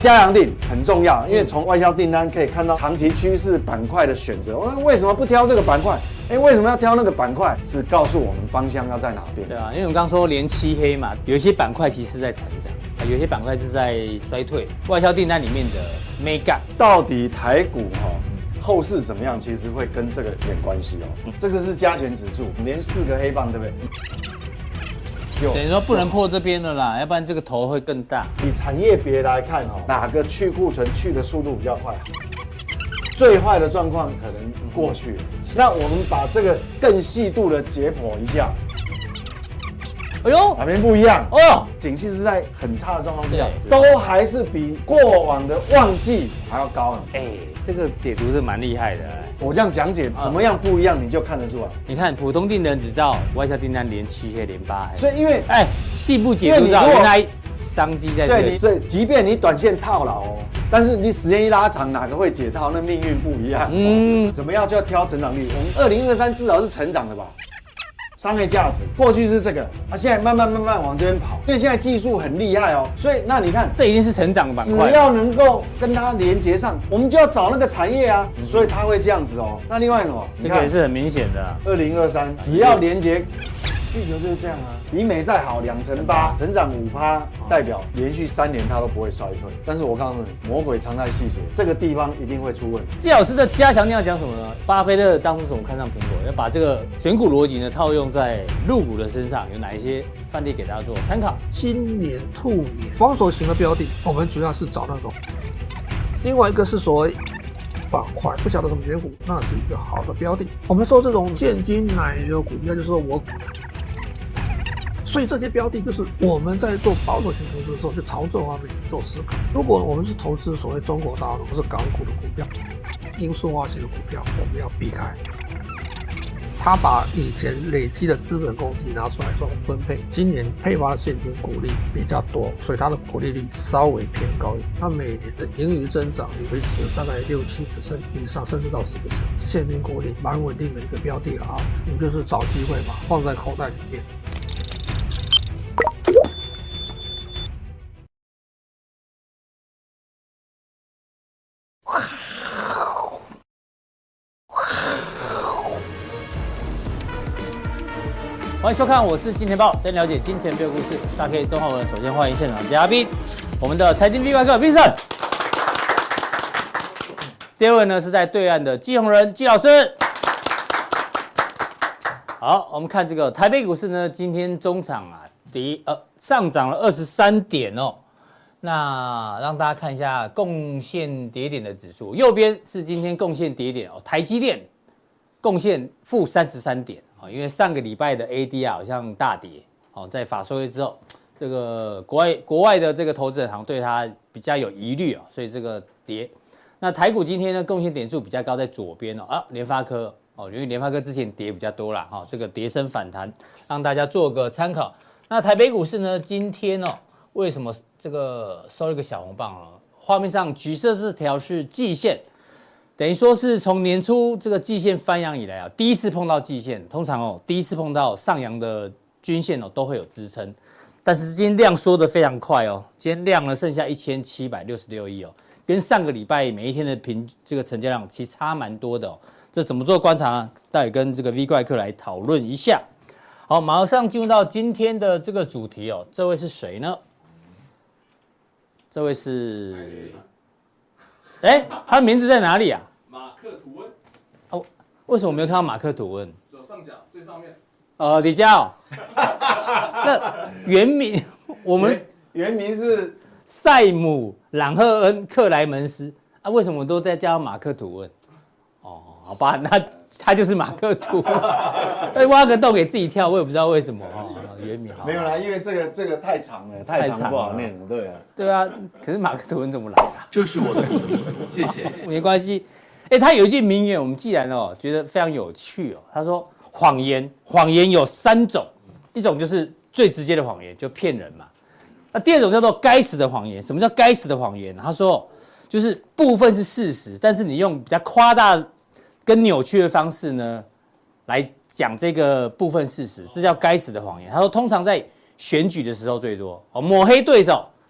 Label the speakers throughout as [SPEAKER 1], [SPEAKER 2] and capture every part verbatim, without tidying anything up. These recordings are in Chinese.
[SPEAKER 1] 加强定很重要，因为从外销订单可以看到长期趋势板块的选择。我们为什么不挑这个板块？哎，为什么要挑那个板块？是告诉我们方向要在哪边。
[SPEAKER 2] 对啊，因为我们刚说连七黑嘛，有一些板块其实在成长，啊，有些板块是在衰退。外销订单里面的 mega，
[SPEAKER 1] 到底台股哈、哦、后市怎么样？其实会跟这个有点关系哦。这个是加权指数，连四个黑棒，对不对？
[SPEAKER 2] 等于说不能破这边了啦，要不然这个头会更大。
[SPEAKER 1] 以产业别来看哦，哪个去库存去的速度比较快？最坏的状况可能过去了。那我们把这个更细度的解剖一下。
[SPEAKER 2] 哎呦，
[SPEAKER 1] 哪边不一样？
[SPEAKER 2] 哦，
[SPEAKER 1] 景气是在很差的状况之下，都还是比过往的旺季还要高呢。
[SPEAKER 2] 哎，这个解读是蛮厉害的。
[SPEAKER 1] 我这样讲解，什么样不一样，你就看得出来。
[SPEAKER 2] 你看，普通订单只知道外销订单连七黑连八黑，
[SPEAKER 1] 所以因为
[SPEAKER 2] 哎，细部解读到原来商机在这里。
[SPEAKER 1] 对，所以即便你短线套牢哦，但是你时间一拉长，哪个会解套？那命运不一样。嗯，怎么样就要挑成长率。我们二零二三至少是成长的吧？商业价值过去是这个，啊，现在慢慢慢慢往这边跑，因为现在技术很厉害哦，所以那你看，
[SPEAKER 2] 这已经是成长板块，
[SPEAKER 1] 只要能够跟它连接上，我们就要找那个产业啊，嗯、所以它会这样子哦。那另外什么？
[SPEAKER 2] 这个也是很明显的、啊。
[SPEAKER 1] 二零二三只要连接，需求就是这样啊。比美再好两成八，成长五趴，代表连续三年它都不会衰退。但是我告诉你，魔鬼藏在细节，这个地方一定会出问题。
[SPEAKER 2] 季老师的加强定要讲什么呢？巴菲特当初怎么看上苹果？要把这个选股逻辑呢套用在入股的身上，有哪一些范例给大家做参考？
[SPEAKER 3] 今年兔年防守型的标的，我们主要是找那种。另外一个是所谓板块，不晓得怎么选股，那是一个好的标的。我们说这种现金奶油股票，就是说我。所以这些标的就是我们在做保守型投资的时候，就朝这方面做思考。如果我们是投资所谓中国大陆或是港股的股票，因素化型的股票，我们要避开。他把以前累积的资本公积拿出来做分配，今年配发的现金股利比较多，所以它的股利率稍微偏高一点。它每年的盈余增长维持大概六七%以上，甚至到十%，现金股利蛮稳定的一个标的了啊。你就是找机会嘛，放在口袋里面。
[SPEAKER 2] 欢迎收看，我是金钱豹，跟了解金钱背后故事。大 K 钟浩文，首先欢迎现场嘉宾，我们的财经 V 怪客 Vincent。第二位呢是在对岸的季宏仁季老师。好，我们看这个台北股市呢，今天中场啊，第一呃上涨了二十三点哦。那让大家看一下贡献跌点的指数，右边是今天贡献跌点哦，台积电贡献负三十三点。因为上个礼拜的 A D R 好像大跌，哦，在法说会之后，这个国外国外的这个投资人好像对它比较有疑虑啊，所以这个跌。那台股今天呢，贡献点数比较高，在左边哦，啊，联发科哦，因为联发科之前跌比较多啦，哈，这个跌升反弹，让大家做个参考。那台北股市呢，今天哦，为什么这个收了一个小红棒哦？画面上橘色这条是季线。等于说是从年初这个季线翻扬以来啊，第一次碰到季线，通常哦，第一次碰到上扬的均线哦，都会有支撑。但是今天量缩得非常快哦，今天量呢剩下一千七百六十六亿哦，跟上个礼拜每一天的平这个成交量其实差蛮多的哦。这怎么做观察呢？待会跟这个 V 怪客来讨论一下。好，马上进入到今天的这个主题哦，这位是谁呢？这位是，哎，他的名字在哪里啊？
[SPEAKER 4] 马克吐温。
[SPEAKER 2] 哦，为什么我没有看到马克吐温？
[SPEAKER 4] 左上角最上面。
[SPEAKER 2] 呃，李佳哦，那原名我们
[SPEAKER 1] 原名是
[SPEAKER 2] 塞姆·朗赫恩·克莱门斯啊，为什么都在叫马克吐温？哦，好吧，那他就是马克吐温，哎，挖个洞给自己跳，我也不知道为什么哦。原名
[SPEAKER 1] 没有啦，因为这个这个太长了，太长不好念了，对啊。对
[SPEAKER 2] 啊，可是马克吐温怎么来啊？
[SPEAKER 4] 这是我的笔名，谢谢。
[SPEAKER 2] 没关系，哎，他有一句名言，我们既然哦觉得非常有趣哦，他说谎言，谎言有三种，一种就是最直接的谎言，就骗人嘛。那第二种叫做该死的谎言。什么叫该死的谎言？他说就是部分是事实，但是你用比较夸大跟扭曲的方式呢来讲这个部分事实，这叫该死的谎言。他说通常在选举的时候最多哦，抹黑对手，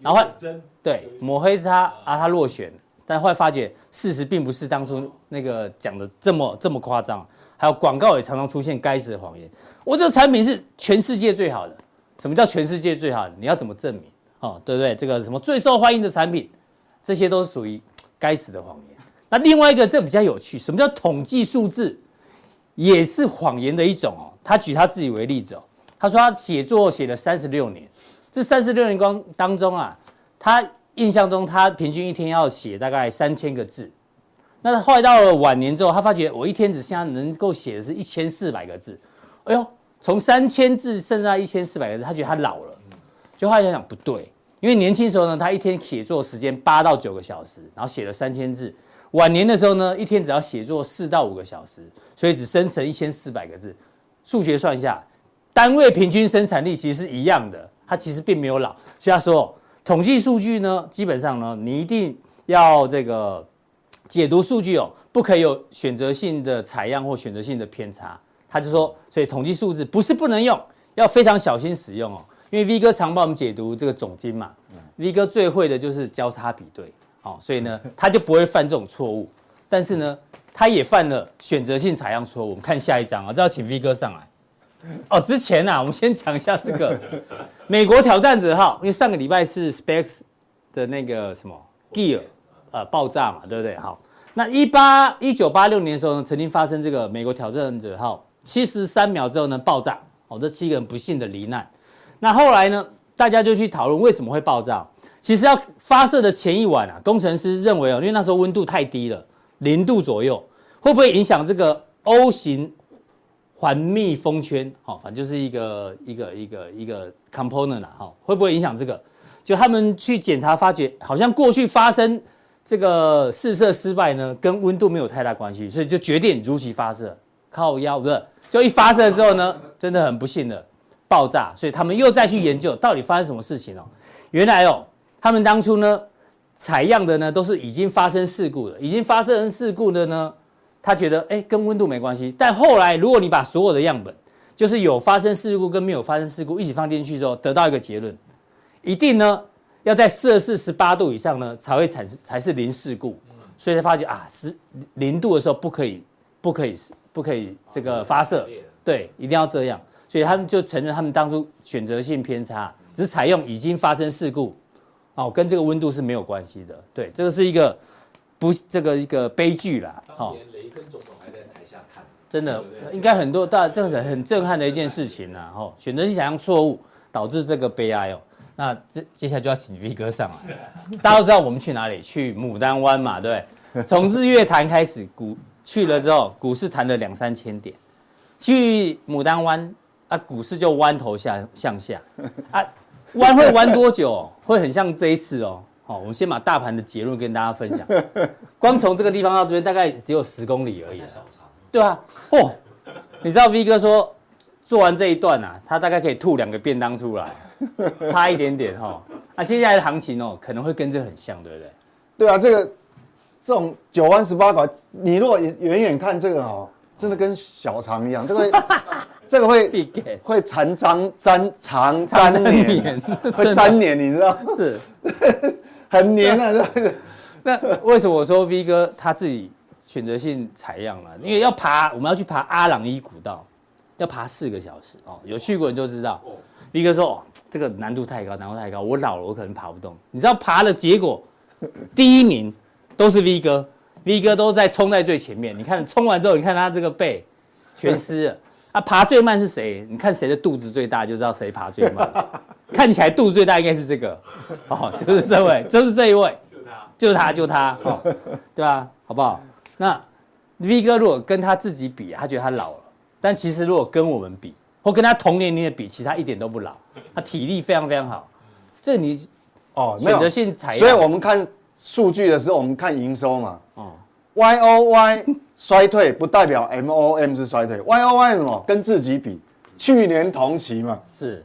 [SPEAKER 2] 然后后来
[SPEAKER 4] 真
[SPEAKER 2] 对抹黑他啊，他落选，但后来发觉事实并不是当初那个讲的这么这么夸张，还有广告也常常出现该死的谎言。我这个产品是全世界最好的，什么叫全世界最好的？你要怎么证明？哦，对不对？这个什么最受欢迎的产品，这些都是属于该死的谎言。那另外一个这比较有趣，什么叫统计数字？也是谎言的一种哦。他举他自己为例子哦，他说他写作写了三十六年，这三十六年光当中啊，他印象中他平均一天要写大概三千个字。那后来到了晚年之后，他发觉我一天只剩下能够写的是一千四百个字。哎呦，从三千字剩下一千四百个字，他觉得他老了。就后来想想不对，因为年轻时候呢，他一天写作时间八到九个小时，然后写了三千字。晚年的时候呢，一天只要写作四到五个小时，所以只生成一千四百个字。数学算一下，单位平均生产力其实是一样的，他其实并没有老。所以他说，统计数据呢，基本上呢，你一定要这个解读数据哦，不可以有选择性的采样或选择性的偏差。他就说，所以统计数字不是不能用，要非常小心使用哦。因为 V 哥常帮我们解读这个总经嘛、嗯、，V 哥最会的就是交叉比对，哦，所以呢，他就不会犯这种错误。但是呢，他也犯了选择性采样错误。我们看下一章啊，这要请 V 哥上来。哦，之前啊，我们先讲一下这个美国挑战者号，因为上个礼拜是 SpaceX 的那个什么 Gear 呃爆炸嘛，对不对？好，那一八一九八六年的时候呢，曾经发生这个美国挑战者号七十三秒之后呢爆炸，哦，这七个人不幸的罹难。那后来呢，大家就去讨论为什么会爆炸。其实要发射的前一晚啊，工程师认为哦，因为那时候温度太低了，零度左右，会不会影响这个 O 型环密封圈？哦，反正就是一个一个一个一个 component 啊，哦，会不会影响这个？就他们去检查发觉，好像过去发生这个试射失败呢，跟温度没有太大关系，所以就决定如期发射。靠腰不是，就一发射之后呢，真的很不幸的爆炸，所以他们又再去研究到底发生什么事情哦。原来哦，他们当初呢采样的呢都是已经发生事故的，已经发生事故的呢，他觉得哎跟温度没关系。但后来如果你把所有的样本，就是有发生事故跟没有发生事故一起放进去之后，得到一个结论，一定呢要在摄氏十八度以上呢才会产生才是零事故。所以才发觉啊，十零度的时候不可以不可以不可以这个发射，对，一定要这样。所以他们就承认他们当初选择性偏差，只采用已经发生事故，哦，跟这个温度是没有关系的。对，这个是一个不这个一个悲剧啦。
[SPEAKER 4] 当年雷根总统还在台下看，
[SPEAKER 2] 真的应该很多大这是很震撼的一件事情啦。哦，选择性采样错误导致这个悲哀哦。那这接下来就要请 V 哥上来。大家都知道我们去哪里？去牡丹湾嘛，对不对？从日月潭开始，股去了之后，股市弹了两三千点。去牡丹湾啊，股市就弯头下向下啊，弯会弯多久、哦？会很像这一次哦。好，我们先把大盘的结论跟大家分享。光从这个地方到这边大概只有十公里而已，对啊，哦，你知道 V 哥说做完这一段啊，他大概可以吐两个便当出来，差一点点哈、哦。那、啊、接下来的行情哦，可能会跟这很像，对不对？
[SPEAKER 1] 对啊，这个这种九弯十八拐，你如果远远看这个哦，真的跟小肠一样，这个这个会会缠粘粘肠粘黏，会粘黏，你知道？是，很黏啊，这个。
[SPEAKER 2] 那为什么我说 V 哥他自己选择性采样了？因为要爬，我们要去爬阿朗伊古道，要爬四个小时哦。有去过人就知道。V 哥说：“哦，这个难度太高，难度太高，我老了，我可能爬不动。”你知道爬的结果，第一名都是 V 哥 ，V 哥都在冲在最前面。你看冲完之后，你看他这个背全湿了。啊，爬最慢是谁？你看谁的肚子最大，就知道谁爬最慢。看起来肚子最大应该是这个，哦，就是这位，就是这一位，就是他，就他，哦，对啊，好不好？那 V 哥如果跟他自己比，他觉得他老了，但其实如果跟我们比，或跟他同年龄的比，其实他一点都不老，他体力非常非常好。这你哦，选择性采样，
[SPEAKER 1] 所以我们看数据的时候，我们看营收嘛，哦 ，Y O Y 衰退不代表 M O M 是衰退 ，Y O Y 是什么？跟自己比，去年同期嘛，
[SPEAKER 2] 是，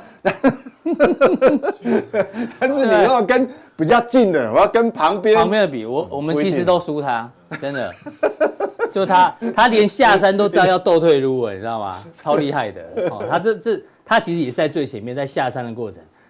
[SPEAKER 1] 但是你要跟比较近的，我要跟旁边
[SPEAKER 2] 旁边的比，我我们其实都输他，真的。就他，他连下山都知道要倒退路了，你知道吗？超厉害的哦！他这这，他其实也是在最前面，在下山的过程，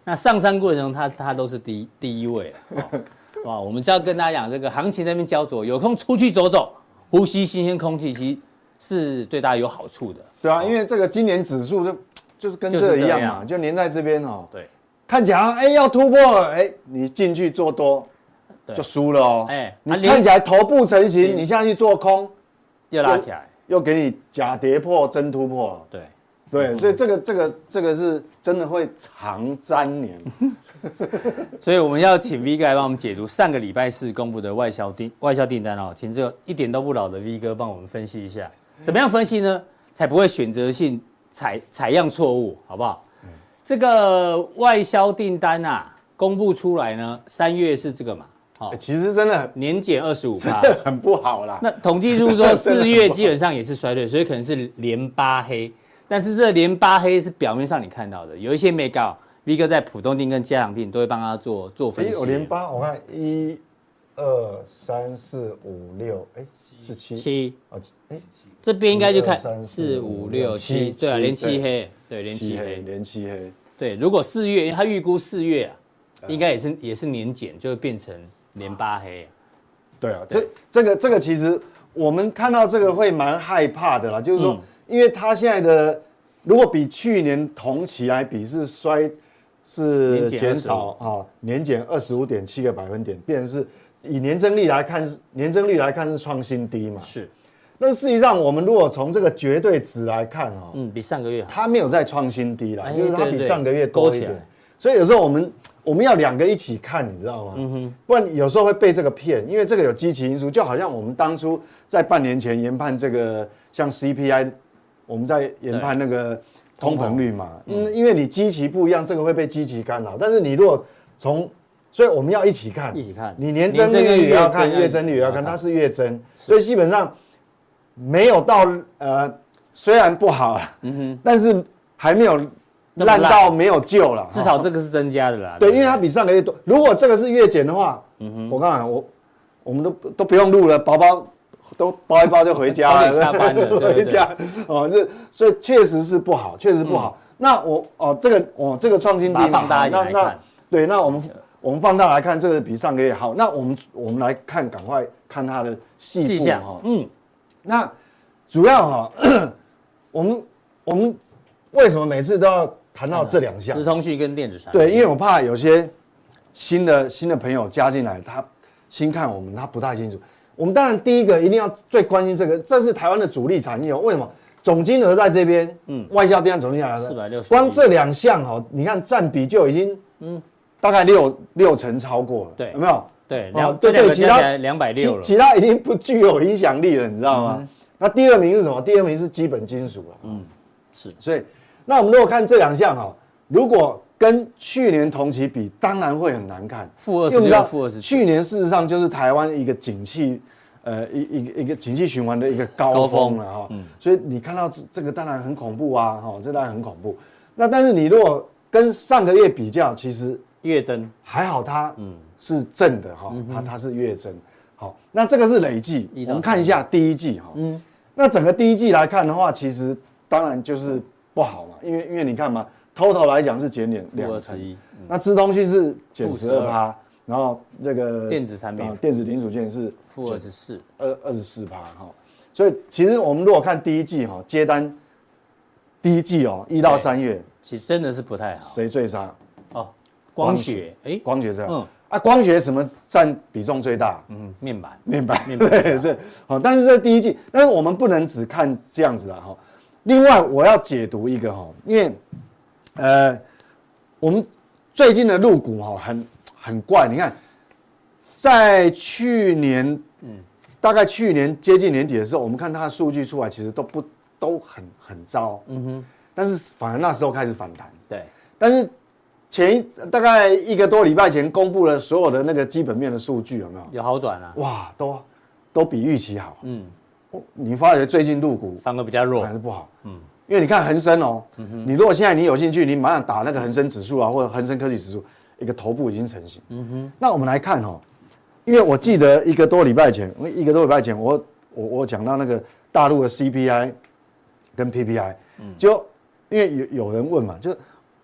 [SPEAKER 2] 那上山过程中它它都是第一第一位了。哦哇，我们就要跟大家讲，这个行情在那边焦灼，有空出去走走，呼吸新鲜空气，其实是对大家有好处的。
[SPEAKER 1] 对啊，因为这个今年指数就就是跟这个一样嘛，就黏在这边哦。
[SPEAKER 2] 对，
[SPEAKER 1] 看起来哎要突破了，哎，你进去做多就输了哦。哎，你看起来头部成型，你下去做空
[SPEAKER 2] 又拉起来，
[SPEAKER 1] 又给你假跌破真突破了。
[SPEAKER 2] 对。
[SPEAKER 1] 对，所以这个这个这个是真的会长沾黏，
[SPEAKER 2] 所以我们要请 V 哥来帮我们解读上个礼拜四公布的外销订外销订单哦，请这个一点都不老的 V 哥帮我们分析一下，怎么样分析呢？才不会选择性采采样错误，好不好？嗯、这个外销订单啊，公布出来呢，三月是这个嘛？
[SPEAKER 1] 哦欸、其实真的
[SPEAKER 2] 年减二十五%，
[SPEAKER 1] 真的很不好啦。
[SPEAKER 2] 那统计数说四月基本上也是衰退，所以可能是连八黑。但是这连八黑是表面上你看到的，有一些没搞 V 哥在浦东订跟嘉良订都会帮他做做分析。
[SPEAKER 1] 有连八，我看一、二、三、四、五、六，哎，是七
[SPEAKER 2] 七哦，哎，这边应该就看四五六七，对啊，连七黑，对，连七黑，
[SPEAKER 1] 连七黑，
[SPEAKER 2] 对。如果四月，他预估四月啊，应该也是也是年减，就会变成连八黑。
[SPEAKER 1] 对啊，这这个这个其实我们看到这个会蛮害怕的啦，就是说。因为它现在的如果比去年同期来比是衰是减少啊，年减二十五点七个百分点，变成是以年增率来看，年增率来看是创新低嘛。
[SPEAKER 2] 是，
[SPEAKER 1] 那事实上我们如果从这个绝对值来看哦，
[SPEAKER 2] 嗯，比上个月好，
[SPEAKER 1] 它没有再创新低啦，就是它比上个月多一点。所以有时候我们我们要两个一起看，你知道吗？嗯哼，不然有时候会被这个骗，因为这个有基期因素，就好像我们当初在半年前研判这个像 C P I。我们在研判那个通膨率嘛，因因为你基期不一样，这个会被基期干扰。但是你如果从，所以我们要一起看，
[SPEAKER 2] 一起看，
[SPEAKER 1] 你年增率也要看，月增率也要看，它是月增，所以基本上没有到呃，虽然不好，嗯哼，但是还没有烂到没有救了，
[SPEAKER 2] 至少这个是增加的啦。
[SPEAKER 1] 对，因为它比上个月多。如果这个是月减的话，嗯哼，我刚才我我们都都不用录了，宝宝。都包一包就回家了，
[SPEAKER 2] 下班了，
[SPEAKER 1] 回家哦，这所以确实是不好，确实不好。嗯、那我哦，这个哦，这个创新低嘛，
[SPEAKER 2] 放大一点来看，
[SPEAKER 1] 对，那我们我们放大来看，这个比上个月好。那我们我们来看，赶快看它的细部哈，嗯，那主要哈、哦，我们我们为什么每次都要谈到这两项？
[SPEAKER 2] 资通讯跟电子产品。
[SPEAKER 1] 对，因为我怕有些新的新的朋友加进来，他新看我们，他不太清楚。我们当然第一个一定要最关心这个，这是台湾的主力产业哦。为什么？总金额在这边，嗯，外销订单总金额
[SPEAKER 2] 四百六十，
[SPEAKER 1] 光这两项哈，你看占比就已经，嗯，大概六六成超过了，
[SPEAKER 2] 对，
[SPEAKER 1] 有没有？
[SPEAKER 2] 对，两对对，其他两百六了，
[SPEAKER 1] 其他已经不具有影响力了，你知道吗？嗯、那第二名是什么？第二名是基本金属了，嗯，是。所以，那我们如果看这两项哈，如果跟去年同期比，当然会很难看，
[SPEAKER 2] 负二十六，负二十。
[SPEAKER 1] 去年事实上就是台湾一个景气，呃，一一个一个景气循环的一个高峰了哈。嗯。所以你看到这这个当然很恐怖啊，哈，这当然很恐怖。那但是你如果跟上个月比较，其实
[SPEAKER 2] 月增
[SPEAKER 1] 还好，它嗯是正的哈，它它是月增。好，那这个是累计，我们看一下第一季哈。嗯。那整个第一季来看的话，其实当然就是不好嘛，因为因为你看嘛。total 来讲是减点两成，那资通讯是减十二趴，然后这个
[SPEAKER 2] 电子产品、
[SPEAKER 1] 电子零组件是
[SPEAKER 2] 负二十四，
[SPEAKER 1] 二二十四趴哈。所以其实我们如果看第一季哈，接单第一季哦，一到三月，
[SPEAKER 2] 其实真的是不太好。
[SPEAKER 1] 谁最差？
[SPEAKER 2] 哦，光学，哎，
[SPEAKER 1] 光学这样，嗯啊，光学什么占比重最大？
[SPEAKER 2] 嗯，面板，
[SPEAKER 1] 面板，面板对是好，但是这第一季，但是我们不能只看这样子啦哈。另外我要解读一个哈，因为。呃，我们最近的入股哈很很怪，你看，在去年，嗯，大概去年接近年底的时候，我们看它的数据出来，其实都不都很很糟，嗯哼，但是反而那时候开始反弹，
[SPEAKER 2] 对，
[SPEAKER 1] 但是前一大概一个多礼拜前公布了所有的那个基本面的数据，有没有？
[SPEAKER 2] 有好转啊？
[SPEAKER 1] 哇，都都比预期好，嗯，你发觉最近入股
[SPEAKER 2] 反而比较弱，
[SPEAKER 1] 反而不好，嗯。因为你看恒生哦，嗯、你如果现在你有兴趣，你马上打那个恒生指数啊，或者恒生科技指数，一个头部已经成型。嗯哼。那我们来看哦，因为我记得一个多礼拜前，一个多礼拜前，我我我讲到那个大陆的 C P I 跟 P P I，、嗯、就因为有有人问嘛，就是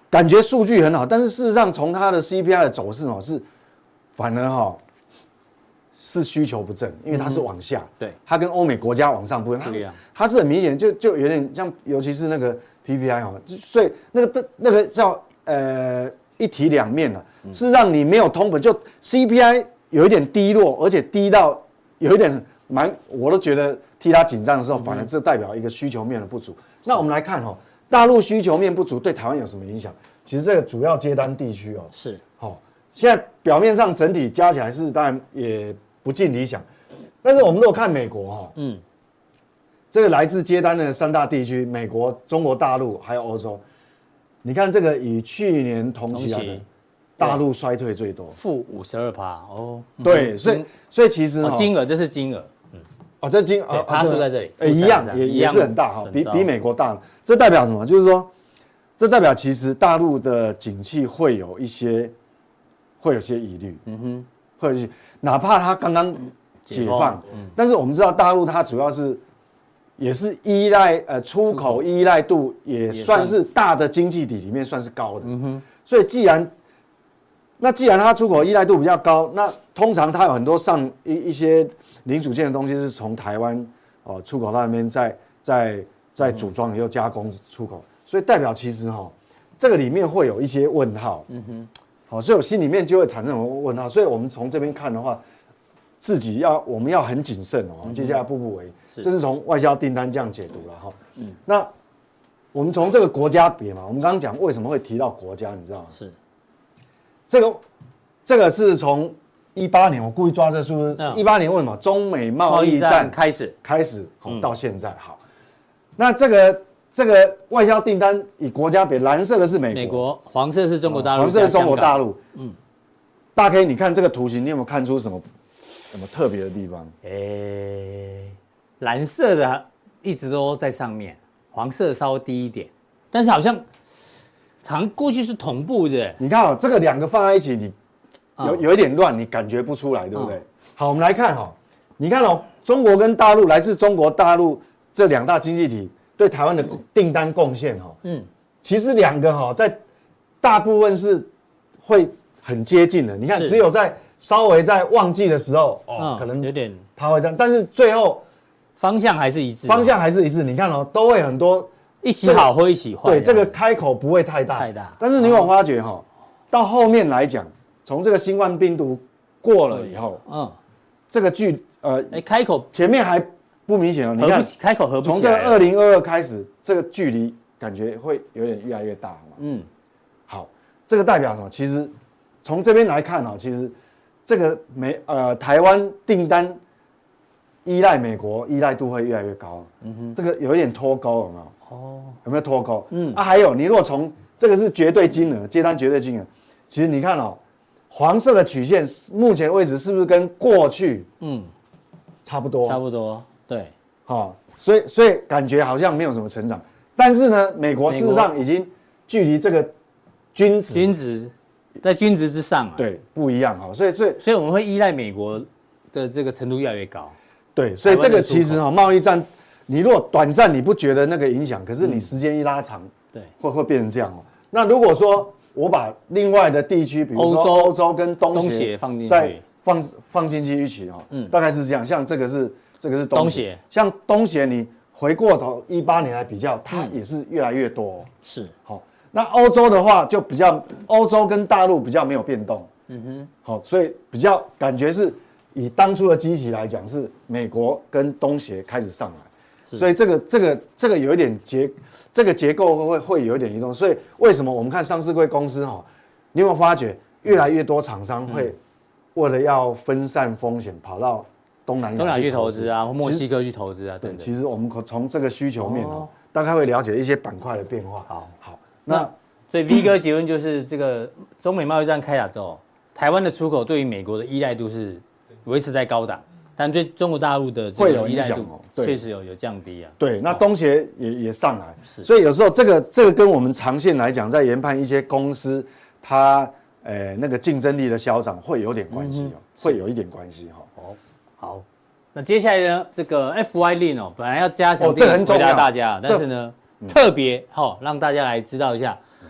[SPEAKER 1] 感觉数据很好，但是事实上从它的 C P I 的走势哦是反而哈、哦、是需求不振，因为它是往下，
[SPEAKER 2] 嗯、对，
[SPEAKER 1] 它跟欧美国家往上不一样，它, 它是很明显就就有点像，尤其是那个 P P I 哦，所以那个那个叫呃一体两面了、啊，嗯、是让你没有通膨，就 C P I 有一点低落，而且低到有一点蛮，我都觉得替它紧张的时候，反而这代表一个需求面的不足。嗯、那我们来看哈、哦。大陆需求面不足对台湾有什么影响？其实这个主要接单地区哦，
[SPEAKER 2] 是
[SPEAKER 1] 好、哦，现在表面上整体加起来是当然也不尽理想，但是我们如果看美国哈、哦，嗯，这个来自接单的三大地区，美国、中国大陆还有欧洲，你看这个以去年同期来的，大陆衰退最多，
[SPEAKER 2] 负五十二趴哦，
[SPEAKER 1] 对，所以所以其实、哦
[SPEAKER 2] 哦、金额这是金额。
[SPEAKER 1] 哦，这金啊，
[SPEAKER 2] 趴数在这里，
[SPEAKER 1] 呃，一样也也是很大哈，比比美国大。这代表什么？就是说，这代表其实大陆的景气会有一些，会有些疑虑。嗯哼，会有一些，哪怕它刚刚解放，嗯、但是我们知道大陆它主要是也是依赖呃出口依赖度也算是大的经济体里面算是高的。嗯哼，所以既然那既然它出口依赖度比较高，那通常它有很多上一一些。零组件的东西是从台湾哦出口到那边，再再再组装以后加工出口，所以代表其实哈、哦、这个里面会有一些问号，嗯哼，好，所以我心里面就会产生什么问号，所以我们从这边看的话，自己要我们要很谨慎哦，嗯、接下来步步为，这是从外销订单这样解读了哈，嗯，那我们从这个国家别嘛，我们刚刚讲为什么会提到国家，你知道吗？
[SPEAKER 2] 是，
[SPEAKER 1] 这个这个是从。一八年，我故意抓这数字。一八年为什么中美贸易战
[SPEAKER 2] 开始
[SPEAKER 1] 开始好到现在好？那这个这个外销订单以国家比，蓝色的是美国，
[SPEAKER 2] 美国黄色是中国大陆，
[SPEAKER 1] 黄色是中国大陆。嗯，大 K， 你看这个图形，你有没有看出什么什么特别的地方？
[SPEAKER 2] 诶，蓝色的一直都在上面，黄色稍微低一点，但是好像好像过去是同步的。
[SPEAKER 1] 你看哦，这个两个放在一起，你。有有一点乱，你感觉不出来，对不对？嗯、好，我们来看哈、哦，你看哦，中国跟大陆来自中国大陆这两大经济体对台湾的订单贡献哈，嗯，其实两个哈在大部分是会很接近的。你看，只有在稍微在旺季的时候哦，嗯、可能
[SPEAKER 2] 有点
[SPEAKER 1] 它会这样，但是最后
[SPEAKER 2] 方向还是一致，
[SPEAKER 1] 方向还是一致。你看哦，都会很多
[SPEAKER 2] 一起好或一起坏，
[SPEAKER 1] 对，这个开口不会太大，
[SPEAKER 2] 太大。
[SPEAKER 1] 但是你有没有发觉哈、哦，到后面来讲。从这个新冠病毒过了以后，嗯，这个距呃，
[SPEAKER 2] 哎，开口
[SPEAKER 1] 前面还不明显哦。你看，
[SPEAKER 2] 开口合不起来。
[SPEAKER 1] 从这个二零二二开始，这个距离感觉会有点越来越大嘛。嗯，好，这个代表什么？其实从这边来看哦，其实这个美呃台湾订单依赖美国依赖度会越来越高。嗯哼，这个有一点脱钩，有没有？哦，有没有脱钩？嗯啊，还有你如果从这个是绝对金额，接单绝对金额，其实你看哦。黄色的曲线目前位置是不是跟过去嗯差不多？
[SPEAKER 2] 差不多，对，
[SPEAKER 1] 好、哦，所以所以感觉好像没有什么成长，但是呢，美国事实上已经距离这个均值
[SPEAKER 2] 均值在均值之上啊，
[SPEAKER 1] 对，不一样哈、哦，所以所以
[SPEAKER 2] 所以我们会依赖美国的这个程度越来越高，
[SPEAKER 1] 对，所以这个其实哈、哦、贸易战，你如果短暂你不觉得那个影响，可是你时间一拉长，对、嗯，会会变成这样哦。那如果说我把另外的地区，比如说欧洲跟东协
[SPEAKER 2] 放进去，
[SPEAKER 1] 再放放进去一起哈，嗯，大概是这样。像这个是这个是东协，像东协你回过头一八年来比较，它也是越来越多、哦。
[SPEAKER 2] 是，
[SPEAKER 1] 好，那欧洲的话就比较，欧洲跟大陆比较没有变动。嗯哼，好，所以比较感觉是以当初的基期来讲，是美国跟东协开始上来，所以这个这个这个有一点结。这个结构会会有一点移动，所以为什么我们看上市柜公司哈，你有没有发觉越来越多厂商会为了要分散风险，跑到东南亚
[SPEAKER 2] 东南亚去投资啊，或墨西哥去投资啊，对。
[SPEAKER 1] 其实我们从这个需求面哦，大概会了解一些板块的变化。
[SPEAKER 2] 好，
[SPEAKER 1] 好，
[SPEAKER 2] 那所以 V 哥结论就是这个中美贸易战开打之后，台湾的出口对于美国的依赖度是维持在高档。但对中国大陆的这个依赖度确实有有降低啊。
[SPEAKER 1] 对，那东协也也上来，所以有时候这个这个跟我们长线来讲，在研判一些公司它呃那个竞争力的消长会有点关系哦，会有一点关系哈。
[SPEAKER 2] 哦，好，那接下来呢，这个 F Y 令哦，本来要加强回答大家，但是呢，特别好让大家来知道一下，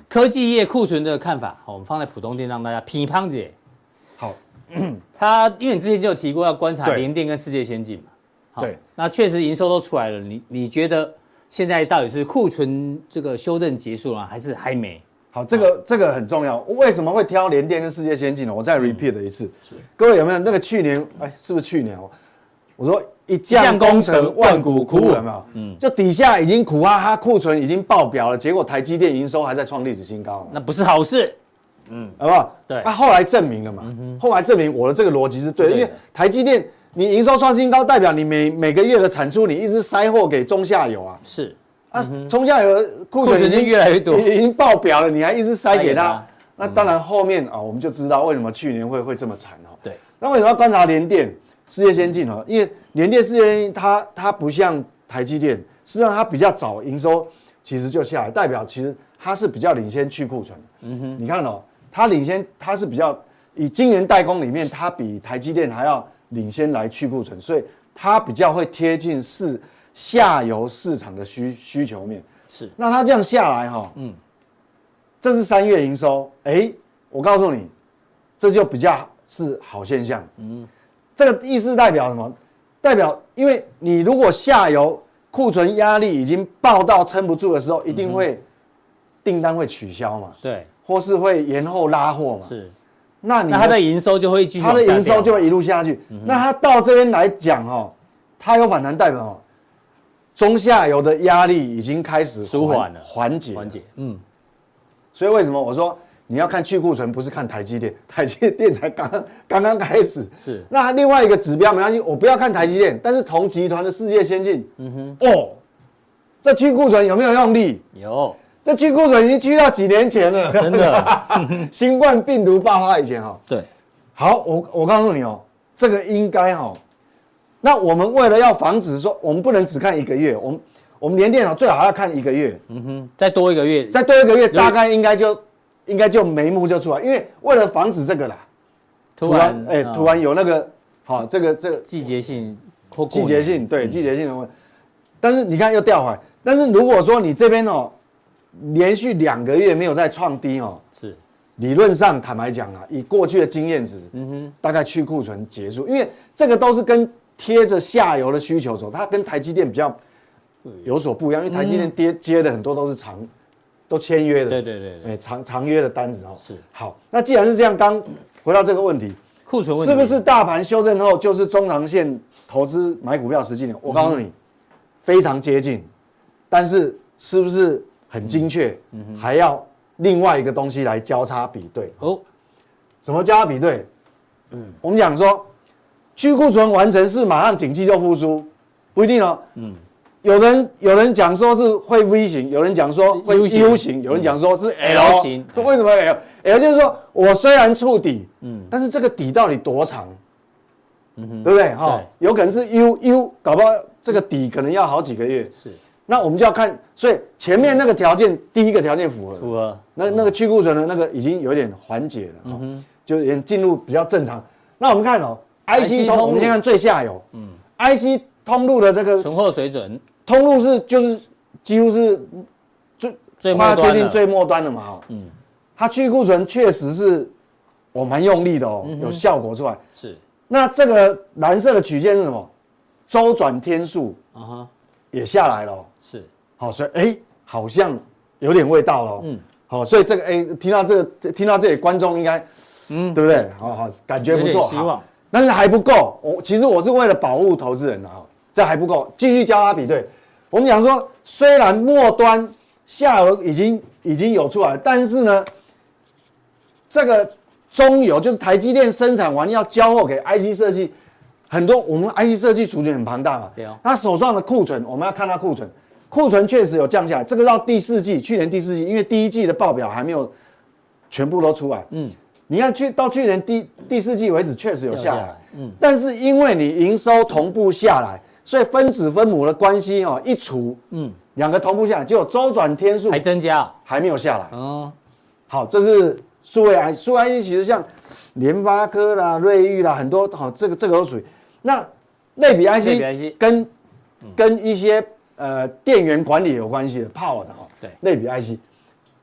[SPEAKER 2] 科技业库存的看法，我们放在普通店让大家批判姐。
[SPEAKER 1] 好，
[SPEAKER 2] 他因为你之前就有提过要观察
[SPEAKER 1] 对
[SPEAKER 2] 联电跟世界先进嘛，好
[SPEAKER 1] 对，
[SPEAKER 2] 那确实营收都出来了，你你觉得现在到底是库存这个修正结束了，还是还没？
[SPEAKER 1] 好，这个这个很重要。为什么会挑联电跟世界先进呢？我再 repeat 一次，各位有没有那个去年？哎，是不是去年哦？我说一将功成万骨枯，有没有？嗯，就底下已经苦哈哈，库存已经爆表了，结果台积电营收还在创历史新高，
[SPEAKER 2] 那不是好事。
[SPEAKER 1] 嗯，好不好？
[SPEAKER 2] 对，
[SPEAKER 1] 啊，后来证明了嘛，后来证明我的这个逻辑是对的，因为台积电你营收创新高，代表你每每个月的产出你一直塞货给中下游啊，
[SPEAKER 2] 是
[SPEAKER 1] 啊，中下游的库存已经
[SPEAKER 2] 越来越多，
[SPEAKER 1] 已经爆表了，你还一直塞给他，那当然后面啊，我们就知道为什么去年会会这么惨哦。
[SPEAKER 2] 对，
[SPEAKER 1] 那为什么要观察联电、世界先进哦？因为联电、世界先进它它不像台积电，实际上它比较早营收其实就下来，代表其实它是比较领先去库存。嗯哼，你看哦。它领先，它是比较以晶圆代工里面，它比台积电还要领先来去库存，所以它比较会贴近市下游市场的需需求面。
[SPEAKER 2] 是，
[SPEAKER 1] 那它这样下来哈，嗯，这是三月营收，哎，我告诉你，这就比较是好现象。嗯，这个意思代表什么？代表因为你如果下游库存压力已经爆到撑不住的时候，一定会订单会取消嘛。
[SPEAKER 2] 对。
[SPEAKER 1] 或是会延后拉货嘛？
[SPEAKER 2] 是，
[SPEAKER 1] 那你
[SPEAKER 2] 那它的营收就会继续，
[SPEAKER 1] 它的营收就会一路下去。嗯、那它到这边来讲哈、哦，它有反弹代表哦，中下游的压力已经开始
[SPEAKER 2] 舒缓了，
[SPEAKER 1] 缓解，
[SPEAKER 2] 缓解。嗯，
[SPEAKER 1] 所以为什么我说你要看去库存，不是看台积电，台积电才刚刚刚刚开始。
[SPEAKER 2] 是，
[SPEAKER 1] 那另外一个指标没关系，我不要看台积电，但是同集团的世界先进，嗯哼，哦，这去库存有没有用力？
[SPEAKER 2] 有。
[SPEAKER 1] 这去库存已经去到几年前了，
[SPEAKER 2] 真的。
[SPEAKER 1] 新冠病毒爆发以前哈，
[SPEAKER 2] 对，
[SPEAKER 1] 好，我我告诉你哦，这个应该哈，那我们为了要防止说，我们不能只看一个月，我们我们联电脑最好要看一个月，
[SPEAKER 2] 嗯哼，再多一个月，
[SPEAKER 1] 再多一个月，大概应该就应该就眉目就出来，因为为了防止这个啦，突然哎、欸，突然有那个好、哦，这个这个
[SPEAKER 2] 季节性，
[SPEAKER 1] 季节性对、嗯、季节性的问题，但是你看又掉回来，但是如果说你这边哦。连续两个月没有再创低哦，
[SPEAKER 2] 是
[SPEAKER 1] 理论上坦白讲啊，以过去的经验值，嗯哼，大概去库存结束，因为这个都是跟贴着下游的需求走，它跟台积电比较有所不一样，因为台积电接接的很多都是长，都签约的，
[SPEAKER 2] 对对对对，
[SPEAKER 1] 哎长长约的单子哦，
[SPEAKER 2] 是
[SPEAKER 1] 好，那既然是这样，刚回到这个问题，
[SPEAKER 2] 库存问题
[SPEAKER 1] 是不是大盘修正后就是中长线投资买股票时机点？我告诉你，嗯、非常接近，但是是不是？很精确，嗯、还要另外一个东西来交叉比对哦。怎么交叉比对？嗯，我们讲说，去库存完成是马上景气就复苏，不一定哦。嗯，有人有人讲说是会 V 型，有人讲说会 U 型，有人讲说是 L 型。为什么 L？L 就是说我虽然触底，嗯，但是这个底到底多长？嗯哼，对不对？哈，有可能是 U，U 搞不好这个底可能要好几个月。
[SPEAKER 2] 是。
[SPEAKER 1] 那我们就要看，所以前面那个条件，第一个条件符合，符合，那那个去库存的那个已经有点缓解了，嗯哼，就有点进入比较正常。那我们看哦 ，I C 通，我们先看最下游，嗯 ，I C 通路的这个
[SPEAKER 2] 存货水准，
[SPEAKER 1] 通路是就是几乎是最最快接近最末端的嘛，哈，嗯，它去库存确实是我蛮用力的哦，有效果出来。
[SPEAKER 2] 是，
[SPEAKER 1] 那这个蓝色的曲线是什么？周转天数，啊哈。也下来了、哦，
[SPEAKER 2] 是，
[SPEAKER 1] 好，所以哎，好像有点味道了、哦，嗯，好，所以这个哎，听到这个，听到这里，观众应该，嗯，对不对？好好，感觉不错，
[SPEAKER 2] 希望，
[SPEAKER 1] 但是还不够。我其实我是为了保护投资人的哈，这还不够，继续交叉比对。我们讲说，虽然末端下游已经已经有出来，但是呢，这个中游就是台积电生产完要交货给 I C 设计。很多我们 I C 设计族群很庞大嘛，他手上的库存，我们要看他库存，库存确实有降下来。这个到第四季，去年第四季，因为第一季的报表还没有全部都出来，嗯，你看去到去年第第四季为止，确实有下来，嗯，但是因为你营收同步下来，所以分子分母的关系哦一除，嗯，两个同步下来，结果周转天数
[SPEAKER 2] 还增加，
[SPEAKER 1] 还没有下来，哦，好，这是数位 I C， 数位 I C 其实像联发科啦、瑞昱啦，很多好，这个这个都属于。那类比 I C 跟跟一些呃电源管理有关系的 power 的哈，对，类比 I C，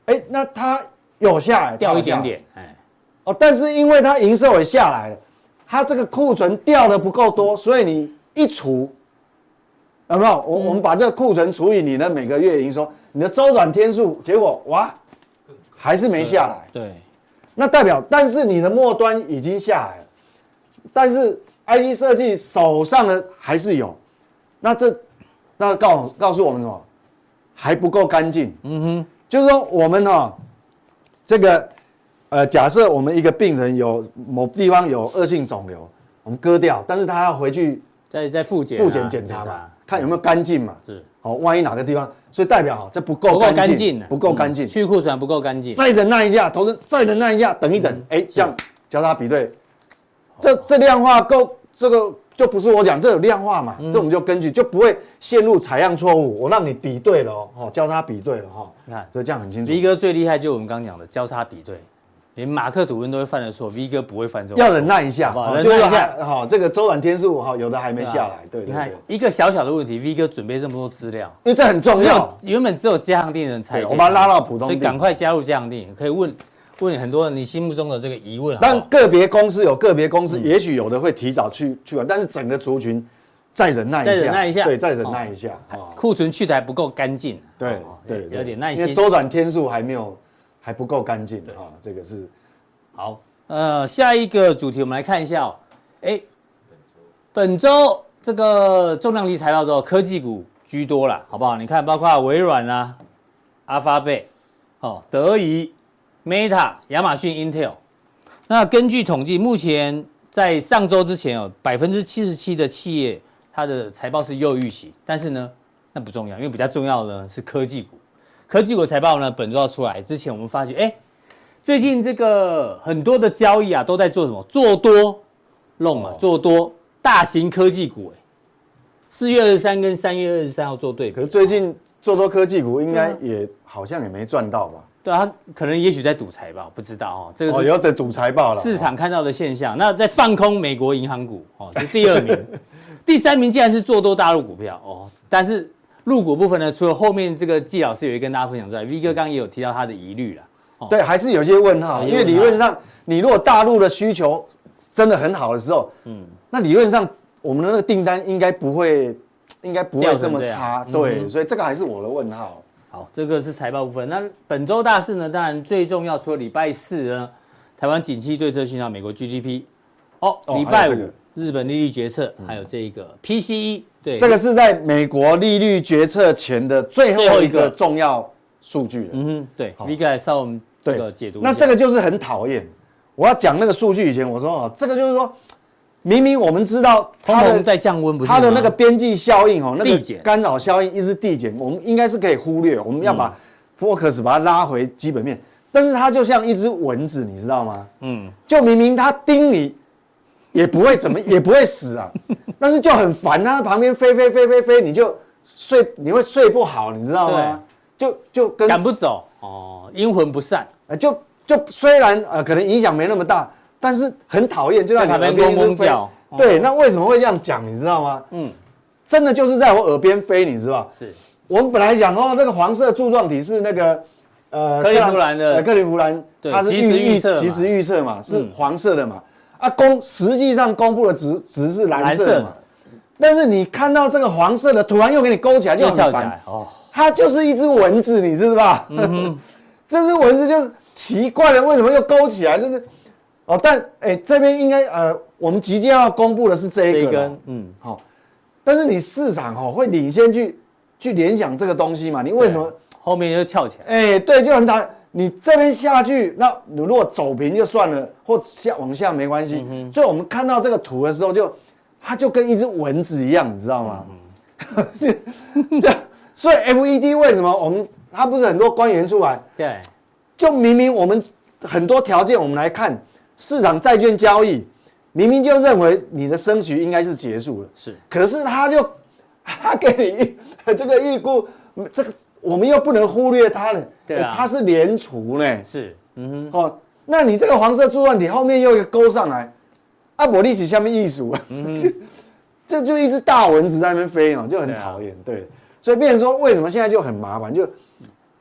[SPEAKER 1] 哎，那它有下来，
[SPEAKER 2] 掉一点点，哎，
[SPEAKER 1] 哦，但是因为它营收也下来了，它这个库存掉的不够多，所以你一除，有没有？我、嗯、我们把这个库存除以你的每个月营收，你的周转天数，结果哇，还是没下来。
[SPEAKER 2] 对，
[SPEAKER 1] 那代表，但是你的末端已经下来了，但是 I C 设计手上的还是有，那这那告告诉我们什么？还不够干净。嗯哼，就是说我们哈、哦，这个呃，假设我们一个病人有某地方有恶性肿瘤，我们割掉，但是他要回去
[SPEAKER 2] 再再复检、
[SPEAKER 1] 复检检查嘛，看有没有干净嘛。
[SPEAKER 2] 是，
[SPEAKER 1] 好、哦，万一哪个地方，所以代表哈这不够干净，不够干净，
[SPEAKER 2] 去库存不够干净，
[SPEAKER 1] 再忍耐一下，投资再忍耐一下，等一等，哎、嗯，这样交叉比对，这这量化够这个。就不是我讲，这有量化嘛，嗯、这我们就根据就不会陷入采样错误。我让你比对了哦，交叉比对了哈，你看，所以这样很清楚。
[SPEAKER 2] V 哥最厉害，就我们刚刚讲的交叉比对，连马克吐温都会犯的错 ，V 哥不会犯这种错。
[SPEAKER 1] 要忍耐一下，
[SPEAKER 2] 好不好？忍耐一下，
[SPEAKER 1] 好，这个周转天数哈，有的还没下来，对对对。
[SPEAKER 2] 你看一个小小的问题 ，V 哥准备这么多资料，
[SPEAKER 1] 因为这很重要。
[SPEAKER 2] 原本只有加强定人才，
[SPEAKER 1] 我把它拉到普通，
[SPEAKER 2] 所以赶快加入加强定，可以问。问很多你心目中的这个疑问，
[SPEAKER 1] 但个别公司有个别公司，也许有的会提早去去完，但是整个族群再忍耐一下，
[SPEAKER 2] 再忍耐一下，
[SPEAKER 1] 对，再忍耐一下，
[SPEAKER 2] 库存去的还不够干净，
[SPEAKER 1] 对对，
[SPEAKER 2] 有点耐心，
[SPEAKER 1] 因为周转天数还没有还不够干净啊，这个是
[SPEAKER 2] 好。呃，下一个主题我们来看一下哦，哎，本周这个重量级财报之后，科技股居多啦，好不好？你看，包括微软啊、阿发贝、哦、德仪。Meta、亚马逊、Intel， 那根据统计，目前在上周之前有百分之七十七的企业它的财报是优于预期，但是呢，那不重要，因为比较重要的呢是科技股。科技股财报呢本周要出来之前，我们发觉，哎，最近这个很多的交易啊都在做什么？做多 long 啊，做多大型科技股，哎，四月二十三跟三月二十三号做对比。
[SPEAKER 1] 可是最近做多科技股应该也好像也没赚到吧？
[SPEAKER 2] 对啊，他可能也许在赌财报，不知道哦。这个是
[SPEAKER 1] 哦，有的赌财报了。
[SPEAKER 2] 市场看到的现象。那在放空美国银行股哦，是第二名，第三名竟然是做多大陆股票哦。但是陆股部分呢，除了后面这个季老师有一跟大家分享之外 ，V 哥刚刚也有提到他的疑虑啦。
[SPEAKER 1] 哦、对，还是有些问号，因为理论上，你如果大陆的需求真的很好的时候，嗯，那理论上我们的那个订单应该不会，应该不会这么差。对、嗯，所以这个还是我的问号。
[SPEAKER 2] 好，这个是财报部分。那本周大事呢？当然最重要，除了礼拜四呢，台湾景气对策讯号，美国 G D P。哦，礼拜五、這個、日本利率决策，还有这个 P C E。对，
[SPEAKER 1] 这个是在美国利率决策前的最后一个重要数据了。
[SPEAKER 2] 嗯哼，对 ，V 哥来稍我们这个解读。
[SPEAKER 1] 那这个就是很讨厌。我要讲那个数据以前，我说哦，这个就是说。明明我们知道它的
[SPEAKER 2] 在降温，不是
[SPEAKER 1] 它的那个边际效应哦，那个干扰效应一直递减，我们应该是可以忽略，我们要把 focus 把它拉回基本面。但是它就像一只蚊子，你知道吗？嗯，就明明它叮你，也不会怎么，也不会死啊，但是就很烦，它旁边飞飞飞飞飞，你就睡，你会睡不好，你知道吗？就就跟
[SPEAKER 2] 赶不走哦，阴魂不散。
[SPEAKER 1] 就就虽然呃可能影响没那么大。但是很讨厌，就让你耳边一直飞。对，那为什么会这样讲？你知道吗？嗯，真的就是在我耳边飞，你知道？是。我们本来讲哦，那个黄色柱状体是那个呃
[SPEAKER 2] 克利夫兰的，
[SPEAKER 1] 克利夫兰，它是
[SPEAKER 2] 即时预测，
[SPEAKER 1] 即时预测嘛，是黄色的嘛。啊，公实际上公布的值值是蓝色嘛。但是你看到这个黄色的，突然又给你勾起来，就很烦。哦，它就是一只蚊子，你知道吧？嗯这只蚊子就是奇怪了，为什么又勾起来？就是。哦，但哎、欸，这边应该呃，我们即将要公布的是这一个，這一嗯，好、哦，但是你市场哈、哦、会领先去去联想这个东西嘛？你为什么
[SPEAKER 2] 后面又翘起来？
[SPEAKER 1] 哎、欸，对，就很讨厌。你这边下去，那你如果走平就算了，或下往下没关系。嗯、所以我们看到这个图的时候就，就它就跟一只蚊子一样，你知道吗？嗯、就所以 F E D 为什么我们它不是很多官员出来？
[SPEAKER 2] 对，
[SPEAKER 1] 就明明我们很多条件我们来看。市场债券交易明明就认为你的升息应该是结束了，
[SPEAKER 2] 是，
[SPEAKER 1] 可是他就他给你这个预估，这个我们又不能忽略它呢，
[SPEAKER 2] 对啊，
[SPEAKER 1] 它是连除呢，
[SPEAKER 2] 是，嗯哼，
[SPEAKER 1] 哦，那你这个黄色柱状体后面又一个勾上来，啊，我利息下面艺术，嗯哼，就就一只大蚊子在那边飞哦，就很讨厌，对，所以变成说为什么现在就很麻烦，就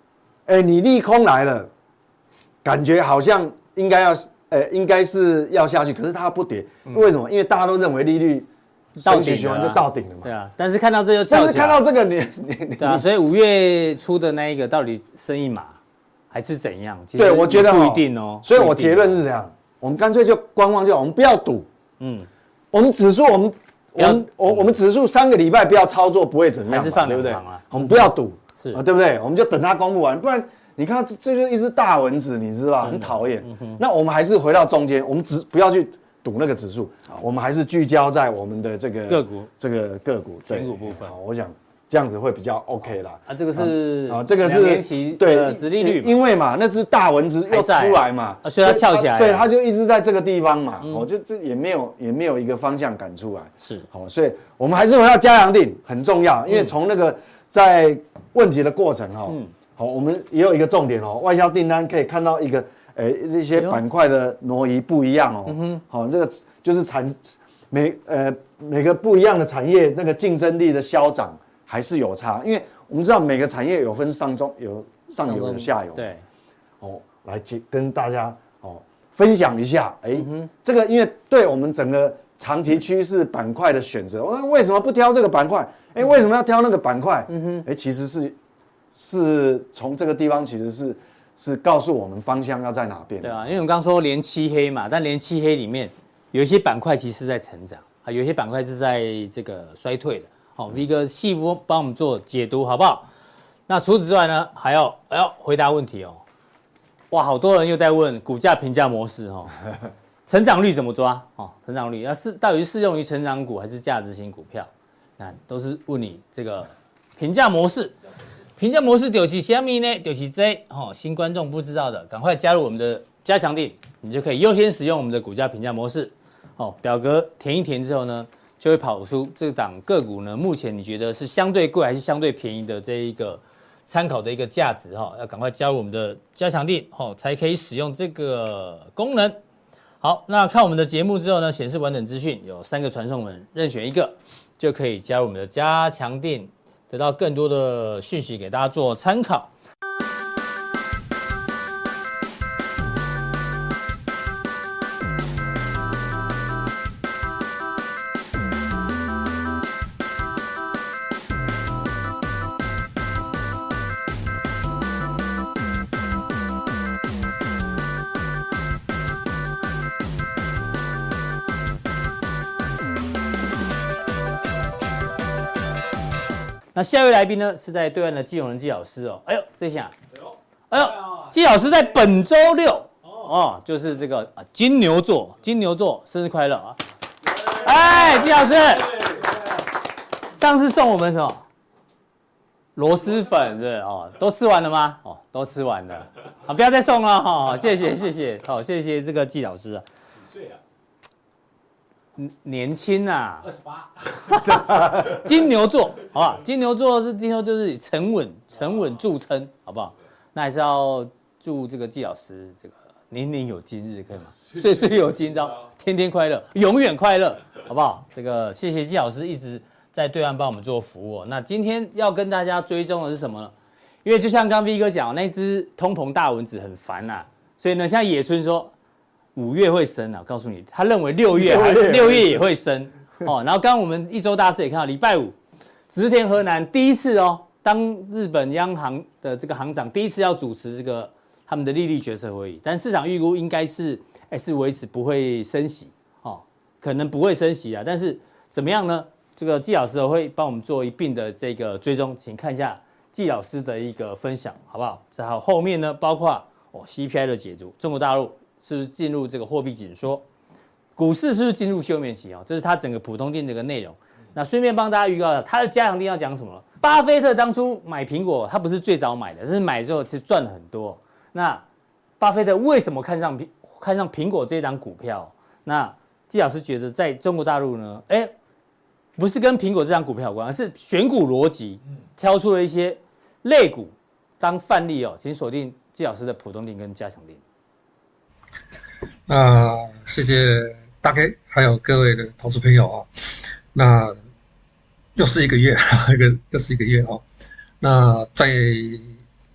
[SPEAKER 1] 哎，你利空来了，感觉好像应该要，呃，应该是要下去，可是它不跌，嗯、为什么？因为大家都认为利率升息循环就到顶了嘛。
[SPEAKER 2] 对啊，但是看到这就翘起来，
[SPEAKER 1] 但是看到这个你你
[SPEAKER 2] 对啊，所以五月初的那一个到底升一码还是怎样？其实
[SPEAKER 1] 对，我觉得
[SPEAKER 2] 不一定哦。
[SPEAKER 1] 所以我结论是这样，我们干脆就观望就好，我们不要赌。嗯，我们指数我们。我们我我们指数三个礼拜不要操作，不会怎么样，
[SPEAKER 2] 还是放
[SPEAKER 1] 对不对？
[SPEAKER 2] 啊、
[SPEAKER 1] 我们不要赌，
[SPEAKER 2] 是
[SPEAKER 1] 啊，对不对？我们就等它公布完，不然你看这这就是一只大蚊子，你知道吧？很讨厌。嗯、那我们还是回到中间，我们只不要去赌那个指数，我们还是聚焦在我们的这个
[SPEAKER 2] 个股，
[SPEAKER 1] 这个个股
[SPEAKER 2] 选股部分。
[SPEAKER 1] 我想这样子会比较 OK 啦。
[SPEAKER 2] 啊，这个是
[SPEAKER 1] 啊，这个是
[SPEAKER 2] 两年期的殖利率，
[SPEAKER 1] 因为嘛，那只大蚊子又出来嘛，
[SPEAKER 2] 啊，所以它翘起来，
[SPEAKER 1] 对，它就一直在这个地方嘛，哦，就就也没有也没有一个方向赶出来，
[SPEAKER 2] 是，
[SPEAKER 1] 好，所以我们还是回到加强定很重要，因为从那个在问题的过程哈，好，我们也有一个重点哦，外销订单可以看到一个，诶，这些板块的挪移不一样哦，好，这个就是产每呃每个不一样的产业那个竞争力的消长。还是有差，因为我们知道每个产业有分上中有上游有下游，
[SPEAKER 2] 对，
[SPEAKER 1] 哦，来跟大家哦分享一下，哎、欸，嗯、这个因为对我们整个长期趋势板块的选择，我为什么不挑这个板块？哎、欸，为什么要挑那个板块？嗯哼，哎、欸，其实是是从这个地方其实是是告诉我们方向要在哪边。
[SPEAKER 2] 对啊，因为我们刚说连七黑嘛，但连七黑里面有一些板块其实是在成长啊，有一些板块是在这个衰退的。好 ，V 哥细部帮我们做解读，好不好？那除此之外呢，还要还要回答问题哦。哇，好多人又在问股价评价模式哦，成长率怎么抓？哦，成长率那是到底是适用于成长股还是价值型股票？那都是问你这个评价模式。评价模式就是什么呢？就是这哦，新观众不知道的，赶快加入我们的加强定，你就可以优先使用我们的股价评价模式。哦，表格填一填之后呢？就会跑出这档个股呢，目前你觉得是相对贵还是相对便宜的这一个参考的一个价值哈，要赶快加入我们的加强定哦，才可以使用这个功能。好，那看我们的节目之后呢，显示完整资讯有三个传送门，任选一个就可以加入我们的加强定，得到更多的讯息给大家做参考。那下一位来宾呢，是在对岸的季永仁季老师哦。哎呦，这下，哎呦，季老师在本周六哦，就是这个啊金牛座，金牛座生日快乐啊！哎，季老师，上次送我们什么螺蛳粉是哦，都吃完了吗？哦，都吃完了，啊，不要再送了哈、哦，谢谢谢谢，好、哦、谢谢这个季老师啊。
[SPEAKER 4] 几岁啊？
[SPEAKER 2] 年轻啊，
[SPEAKER 4] 二十八，
[SPEAKER 2] 金牛座，好不好？金牛座是金牛，就是以沉稳、沉稳著称，好不好？那还是要祝这个季老师这个年年有今日，可以吗？岁岁有今朝，天天快乐，永远快乐，好不好？这个谢谢季老师一直在对岸帮我们做服务、哦。那今天要跟大家追踪的是什么呢？因为就像刚 V 哥讲，那只通膨大蚊子很烦呐、啊，所以呢，像野村说。五月会升啊！我告诉你，他认为六月还六月也会升哦。然后刚刚我们一周大事也看到，礼拜五，植田和男第一次哦，当日本央行的这个行长第一次要主持这个他们的利率决策会议，但市场预估应该是哎是维持不会升息哦，可能不会升息啊。但是怎么样呢？这个季老师会帮我们做一并的这个追踪，请看一下季老师的一个分享，好不好？然后后面呢，包括哦 C P I 的解读，中国大陆。是不是进入这个货币紧缩？股市是不是进入休眠期啊？这是它整个普通定的一个内容。那顺便帮大家预告一下，它的加强定要讲什么？巴菲特当初买苹果，他不是最早买的，是买之后其实赚了很多。那巴菲特为什么看上看上苹果这档股票？那季老师觉得在中国大陆呢，哎，不是跟苹果这档股票有关，而是选股逻辑挑出了一些类股当范例哦，请锁定季老师的普通定跟加强定。
[SPEAKER 3] 那、呃、谢谢大 K 还有各位的投资朋友啊，那又是一个月，一个又是一个月哦。那在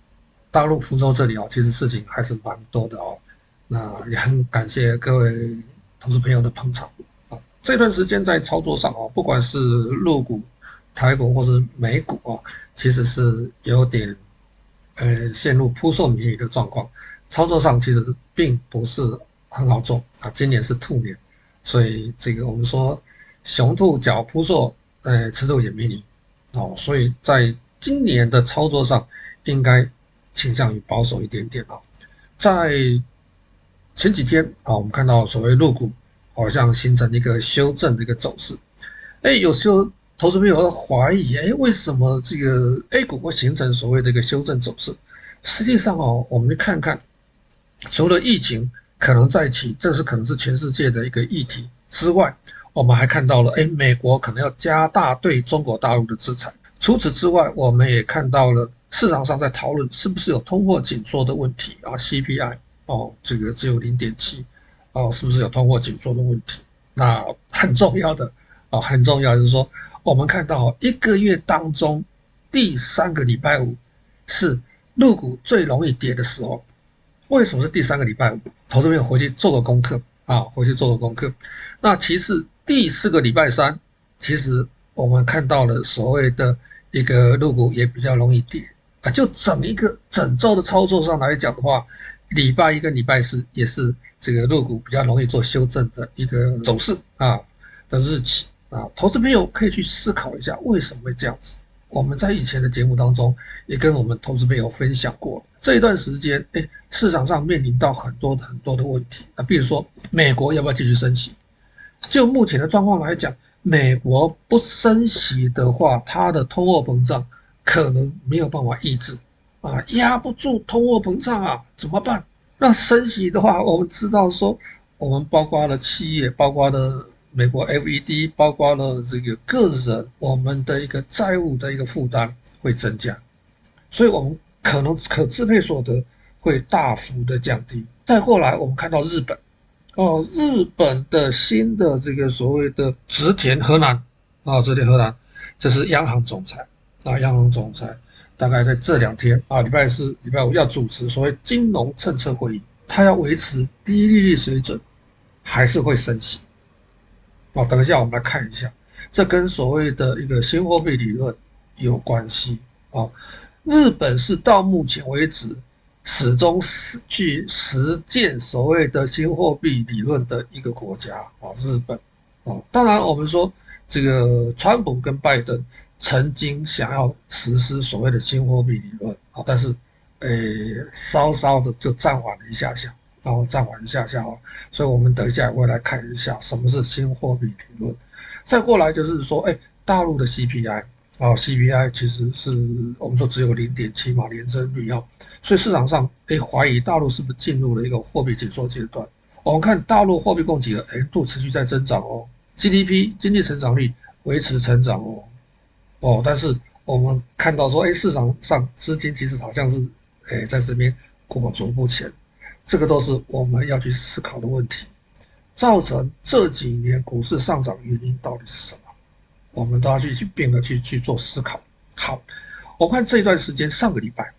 [SPEAKER 3] 大陆福州这里哦，其实事情还是蛮多的哦。那也很感谢各位投资朋友的捧场啊。这段时间在操作上哦，不管是陆股、台股或是美股哦，其实是有点呃陷入扑朔迷离的状况。操作上其实并不是很好做啊。今年是兔年，所以这个我们说雄兔脚扑朔，呃，赤兔也迷离哦。所以在今年的操作上，应该倾向于保守一点点啊。在前几天啊，我们看到所谓陆股好像形成一个修正的一个走势，哎，有时候投资朋友怀疑，哎，为什么这个 A 股会形成所谓的一个修正走势？实际上哦，我们看看，除了疫情可能再起，这是可能是全世界的一个议题之外，我们还看到了，哎，美国可能要加大对中国大陆的制裁。除此之外，我们也看到了市场上在讨论是不是有通货紧缩的问题啊 ，C P I 哦，这个只有 零点七 哦，是不是有通货紧缩的问题？那很重要的啊，很重要就是说，我们看到一个月当中第三个礼拜五是陆股最容易跌的时候。为什么是第三个礼拜五？投资朋友回去做个功课啊，回去做个功课。那其次第四个礼拜三，其实我们看到了所谓的一个陆股也比较容易跌啊。就整一个整周的操作上来讲的话，礼拜一跟礼拜四也是这个陆股比较容易做修正的一个走势啊的日期啊。投资朋友可以去思考一下为什么会这样子。我们在以前的节目当中也跟我们投资朋友分享过，这一段时间，哎，市场上面临到很多很多的问题啊，比如说美国要不要继续升息？就目前的状况来讲，美国不升息的话，它的通货膨胀可能没有办法抑制啊，压不住通货膨胀啊，怎么办？那升息的话，我们知道说，我们包括了企业，包括了美国 F E D， 包括了这个个人，我们的一个债务的一个负担会增加，所以我们可能可支配所得会大幅的降低。再过来，我们看到日本，哦，日本的新的这个所谓的植田和男啊，植田和男，这是央行总裁啊，央行总裁大概在这两天啊，礼拜四、礼拜五要主持所谓金融政策会议，他要维持低利率水准，还是会升息。哦，等一下我们来看一下，这跟所谓的一个新货币理论有关系啊。日本是到目前为止始终去实践所谓的新货币理论的一个国家啊，日本啊。当然，我们说这个川普跟拜登曾经想要实施所谓的新货币理论啊，但是诶，稍稍的就暂缓了一下下。然后暂缓一下下哦，所以我们等一下也会来看一下什么是新货币理论。再过来就是说，哎，大陆的 C P I 啊 ，C P I 其实是我们说只有 零点七 嘛，年增率哦，所以市场上哎怀疑大陆是不是进入了一个货币紧缩阶段。我们看大陆货币供给额哎都持续在增长哦 ，G D P 经济成长率维持成长哦，哦，但是我们看到说，哎，市场上资金其实好像是哎在这边裹足不前。这个都是我们要去思考的问题，造成这几年股市上涨原因到底是什么？我们都要去去并的去去做思考。好，我看这一段时间，上个礼拜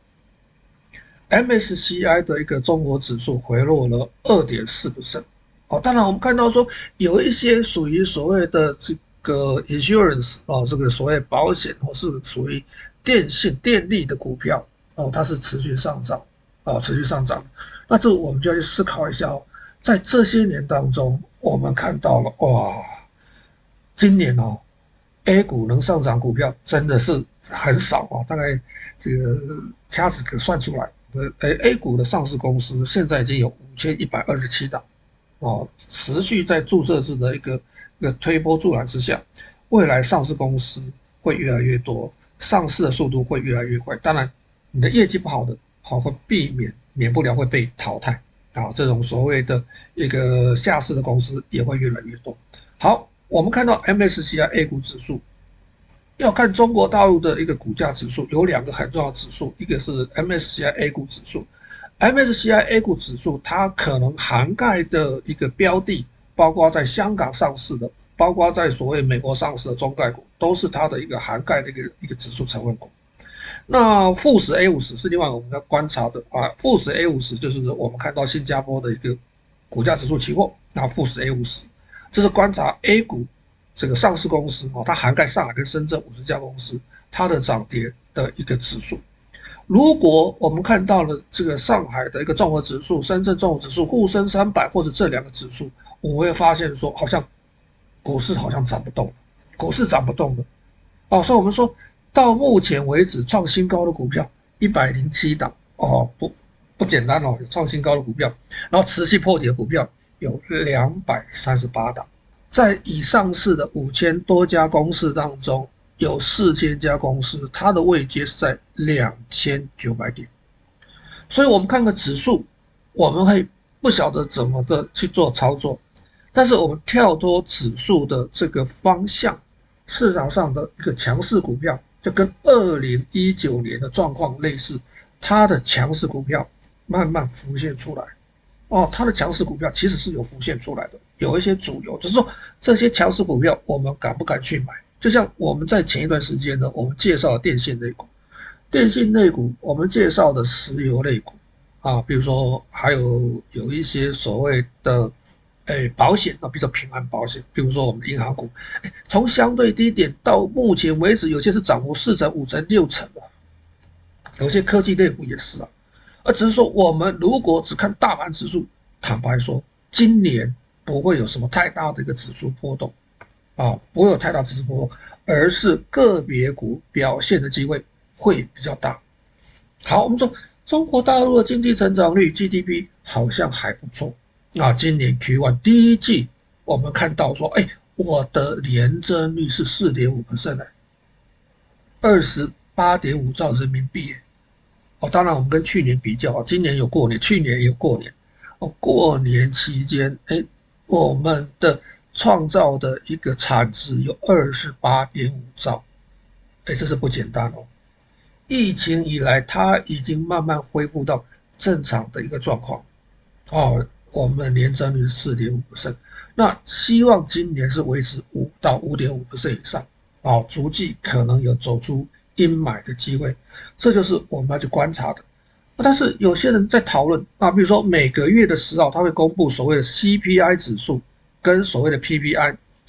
[SPEAKER 3] M S C I 的一个中国指数回落了 百分之二点四。哦，当然我们看到说有一些属于所谓的这个 insurance 哦，这个所谓保险或是属于电信电力的股票哦，它是持续上涨哦，持续上涨。那这我们就要去思考一下哦，在这些年当中，我们看到了哇，今年哦 ，A 股能上涨股票真的是很少啊，大概这个掐指可算出来。呃 ，A 股的上市公司现在已经有五千一百二十七档，哦，持续在注册制的一个一个推波助澜之下，未来上市公司会越来越多，上市的速度会越来越快。当然，你的业绩不好的，好会避免。免不了会被淘汰啊！这种所谓的一个下市的公司也会越来越多。好，我们看到 M S C I A 股指数，要看中国大陆的一个股价指数，有两个很重要的指数，一个是 M S C I A 股指数 ，M S C I A 股指数它可能涵盖的一个标的，包括在香港上市的，包括在所谓美国上市的中概股，都是它的一个涵盖的一个一个指数成分股。 那富时 A 五十 是另外我们要观察的啊，富时 A 五十 就是我们看到新加坡的一个股价指数期货，那富时 A 五十 这是观察 A 股这个上市公司哦，它涵盖上海跟深圳五十家公司，它的涨跌的一个指数。如果我们看到了这个上海的一个综合指数、深圳综合指数、沪深三百或者这两个指数，我们会发现说，好像股市好像涨不动了，股市涨不动了。哦，所以我们说到目前为止创新高的股票一百零七档哦，不不简单哦，有创新高的股票，然后持续破底的股票有两百三十八档，在已上市的五千多家公司当中，有四千家公司，它的位阶是在两千九百点，所以我们看个指数，我们会不晓得怎么的去做操作，但是我们跳脱指数的这个方向，市场上的一个强势股票，就跟二零一九年的状况类似，它的强势股票慢慢浮现出来。哦，它的强势股票其实是有浮现出来的，有一些主流，只是说这些强势股票我们敢不敢去买？就像我们在前一段时间呢，我们介绍的电信类股，电信类股我们介绍的石油类股啊，比如说还有有一些所谓的诶保险啊，比如说平安保险，比如说我们的银行股，从相对低点到目前为止，有些是涨幅四成、五成、六成啊，有些科技类股也是啊。而只是说，我们如果只看大盘指数，坦白说，今年不会有什么太大的一个指数波动，啊，不会有太大指数波动，而是个别股表现的机会会比较大。好，我们说中国大陆的经济成长率 G D P 好像还不错啊，今年 Q 一 第一季我们看到说，哎，我的年增率是 百分之四点五 呢， 二十八点五兆人民币耶。哦，当然我们跟去年比较，今年有过年，去年也有过年。哦，过年期间，哎，我们的创造的一个产值有 二十八点五兆，哎，这是不简单哦。疫情以来，它已经慢慢恢复到正常的一个状况。哦，我们的年增率是 百分之四点五， 那希望今年是维持五到 五点五 以上，哦，逐季可能有走出阴霾的机会，这就是我们要去观察的。但是有些人在讨论啊，比如说每个月的十号，他会公布所谓的 C P I 指数跟所谓的 P P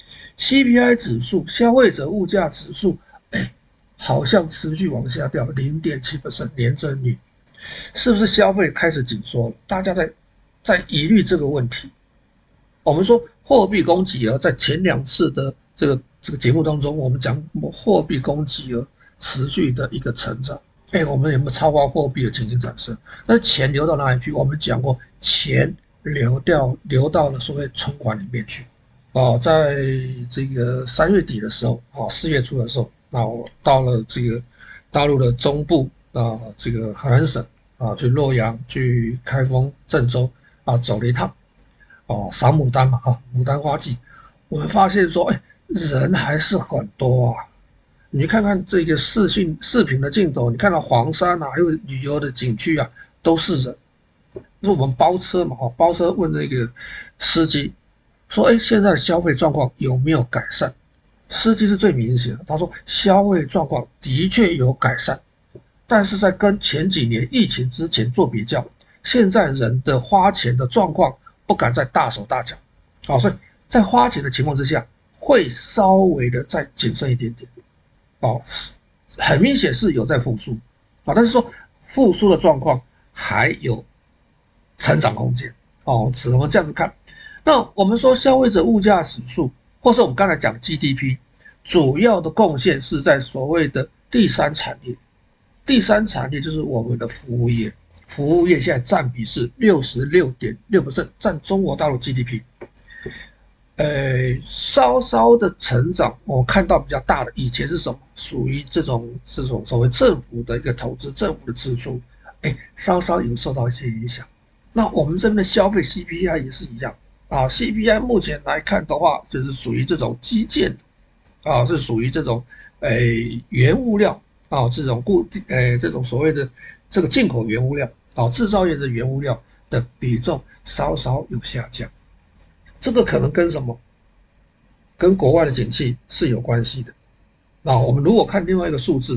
[SPEAKER 3] I。C P I 指数，消费者物价指数，哎，好像持续往下掉 百分之零点七 年增率，是不是消费开始紧缩了？大家在在疑虑这个问题。我们说货币供给额，在前两次的这个这个节目当中，我们讲货币供给额持续的一个成长，哎，我们有没有超发货币的情形产生？那钱流到哪里去？我们讲过，钱流掉流到了所谓存款里面去。哦，在这个三月底的时候，哦，四月初的时候，那我到了这个大陆的中部啊，这个河南省啊，去洛阳、去开封、郑州啊走了一趟，哦，赏牡丹嘛，啊，牡丹花季，我们发现说，哎，人还是很多啊。你看看这个视讯视频的镜头，你看到黄山啊，还有旅游的景区啊，都是人。就是我们包车嘛，包车问那个司机说：“哎，现在的消费状况有没有改善？”司机是最明显的，他说消费状况的确有改善，但是在跟前几年疫情之前做比较，现在人的花钱的状况不敢再大手大脚，好，所以在花钱的情况之下，会稍微的再谨慎一点点。哦，很明显是有在复苏啊，但是说复苏的状况还有成长空间哦，只能这样子看。那我们说消费者物价指数，或是我们刚才讲的 G D P， 主要的贡献是在所谓的第三产业。第三产业就是我们的服务业，服务业现在占比是 百分之六十六点六， 占中国大陆 G D P。呃，稍稍的成长，我看到比较大的，以前是什么？属于这种这种所谓政府的一个投资，政府的支出，哎，稍稍有受到一些影响。那我们这边的消费 C P I 也是一样啊 ，C P I 目前来看的话，就是属于这种基建的啊，是属于这种呃原物料啊，这种固定呃这种所谓的这个进口原物料啊，制造业的原物料的比重稍稍有下降。这个可能跟什么？跟国外的景气是有关系的。那我们如果看另外一个数字，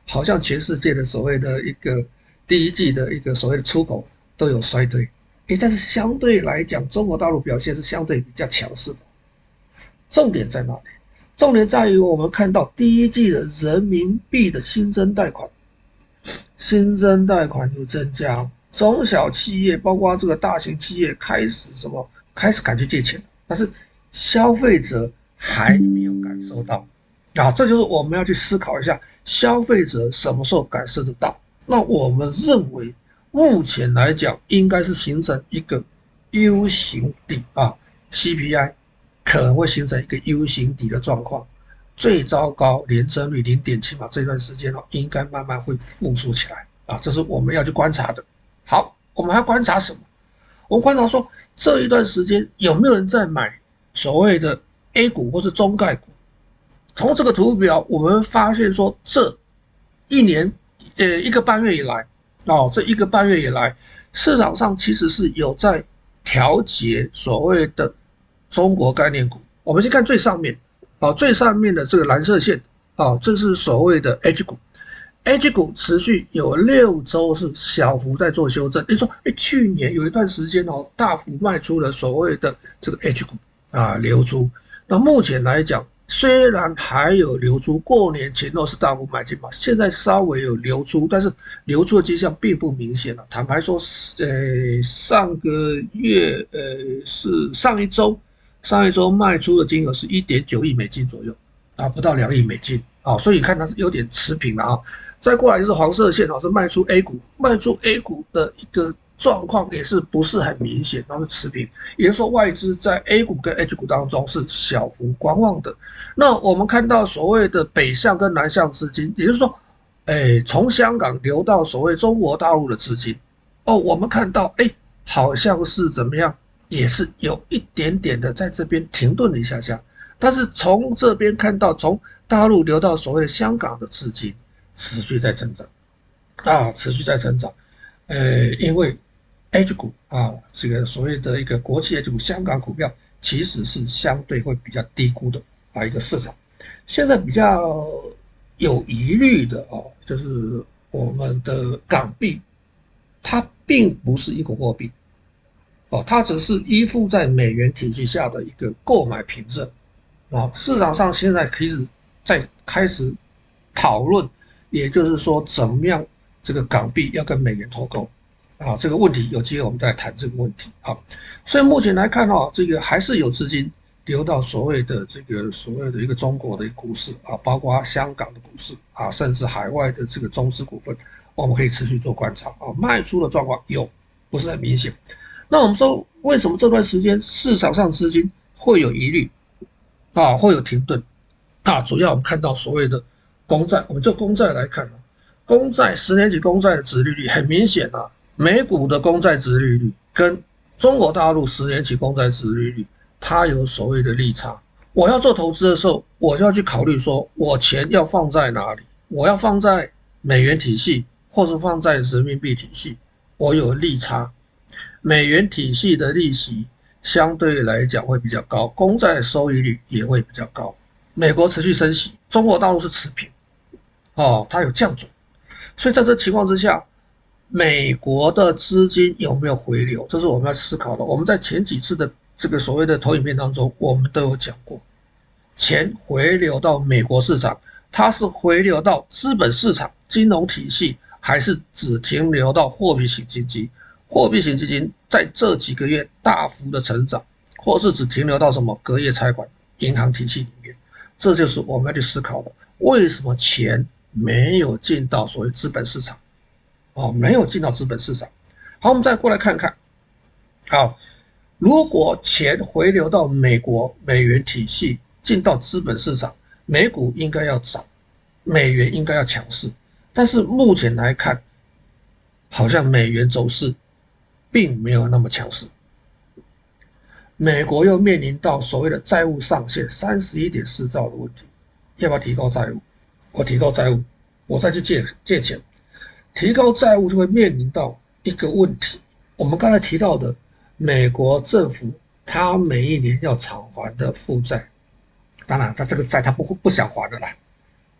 [SPEAKER 3] 好像全世界的所谓的一个第一季的一个所谓的出口都有衰退，诶，但是相对来讲，中国大陆表现是相对比较强势的。重点在哪里？重点在于我们看到第一季的人民币的新增贷款，新增贷款有增加，中小企业包括这个大型企业开始什么，开始敢去借钱，但是消费者还没有感受到啊，这就是我们要去思考一下，消费者什么时候感受得到？那我们认为，目前来讲，应该是形成一个 U 型底啊 ，C P I 可能会形成一个 U 型底的状况。最糟糕年增率 零点七 嘛，这段时间哦，应该慢慢会复苏起来啊，这是我们要去观察的。好，我们还观察什么？我们观察说这一段时间有没有人在买所谓的 A 股或是中概股？从这个图表，我们发现说这一年呃一个半月以来，哦，这一个半月以来，市场上其实是有在调节所谓的中国概念股。我们先看最上面，啊，最上面的这个蓝色线，啊，这是所谓的 H 股。H 股持续有六周是小幅在做修正。你说，哎，去年有一段时间哦，大幅卖出了所谓的这个 H 股啊流出。那目前来讲，虽然还有流出，过年前后是大幅买进嘛，现在稍微有流出，但是流出的迹象并不明显了。坦白说，呃，上个月呃是上一周，上一周卖出的金额是 一点九亿美金左右啊，不到两亿美金啊，所以你看它是有点持平了啊。再过来就是黄色线啊，是卖出 A 股，卖出 A 股的一个状况也是不是很明显，然后是持平，也就是说外资在 A 股跟 H 股当中是小幅观望的。那我们看到所谓的北向跟南向资金，也就是说，哎，从香港流到所谓中国大陆的资金，哦，我们看到，哎，好像是怎么样，也是有一点点的在这边停顿了一下下，但是从这边看到，从大陆流到所谓的香港的资金持续在成长，啊，持续在成长，呃，因为 H 股啊，这个所谓的一个国企 H 股，香港股票其实是相对会比较低估的啊一个市场。现在比较有疑虑的哦，就是我们的港币，它并不是一个货币，哦，它只是依附在美元体系下的一个购买凭证啊。市场上现在开始在开始讨论，也就是说怎么样这个港币要跟美元脱钩。啊，这个问题有机会我们再谈这个问题啊。所以目前来看哦，这个还是有资金流到所谓的这个所谓的一个中国的股市啊，包括香港的股市啊，甚至海外的这个中资股份，我们可以持续做观察啊。卖出的状况有，不是很明显。那我们说为什么这段时间市场上资金会有疑虑啊，会有停顿啊？主要我们看到所谓的公债，我们就公债来看啊，公债十年期公债的殖利率很明显啊。美股的公债殖利率跟中国大陆十年期公债殖利率，它有所谓的利差。我要做投资的时候，我就要去考虑说，我钱要放在哪里？我要放在美元体系，或是放在人民币体系，我有利差。美元体系的利息相对来讲会比较高，公债收益率也会比较高。美国持续升息，中国大陆是持平，哦，它有降准，所以在这情况之下，美国的资金有没有回流？这是我们要思考的。我们在前几次的这个所谓的投影片当中，我们都有讲过，钱回流到美国市场，它是回流到资本市场、金融体系，还是只停留到货币型基金？货币型基金在这几个月大幅的成长，或是只停留到什么隔夜拆款、银行体系里面？这就是我们要去思考的。为什么钱没有进到所谓资本市场？哦，没有进到资本市场。好，我们再过来看看。好，如果钱回流到美国美元体系，进到资本市场，美股应该要涨，美元应该要强势。但是目前来看，好像美元走势并没有那么强势。美国又面临到所谓的债务上限 三十一点四兆的问题，要不要提高债务？我提高债务，我再去借借钱。提高债务就会面临到一个问题，我们刚才提到的美国政府，它每一年要偿还的负债，当然它这个债它不不想还的啦，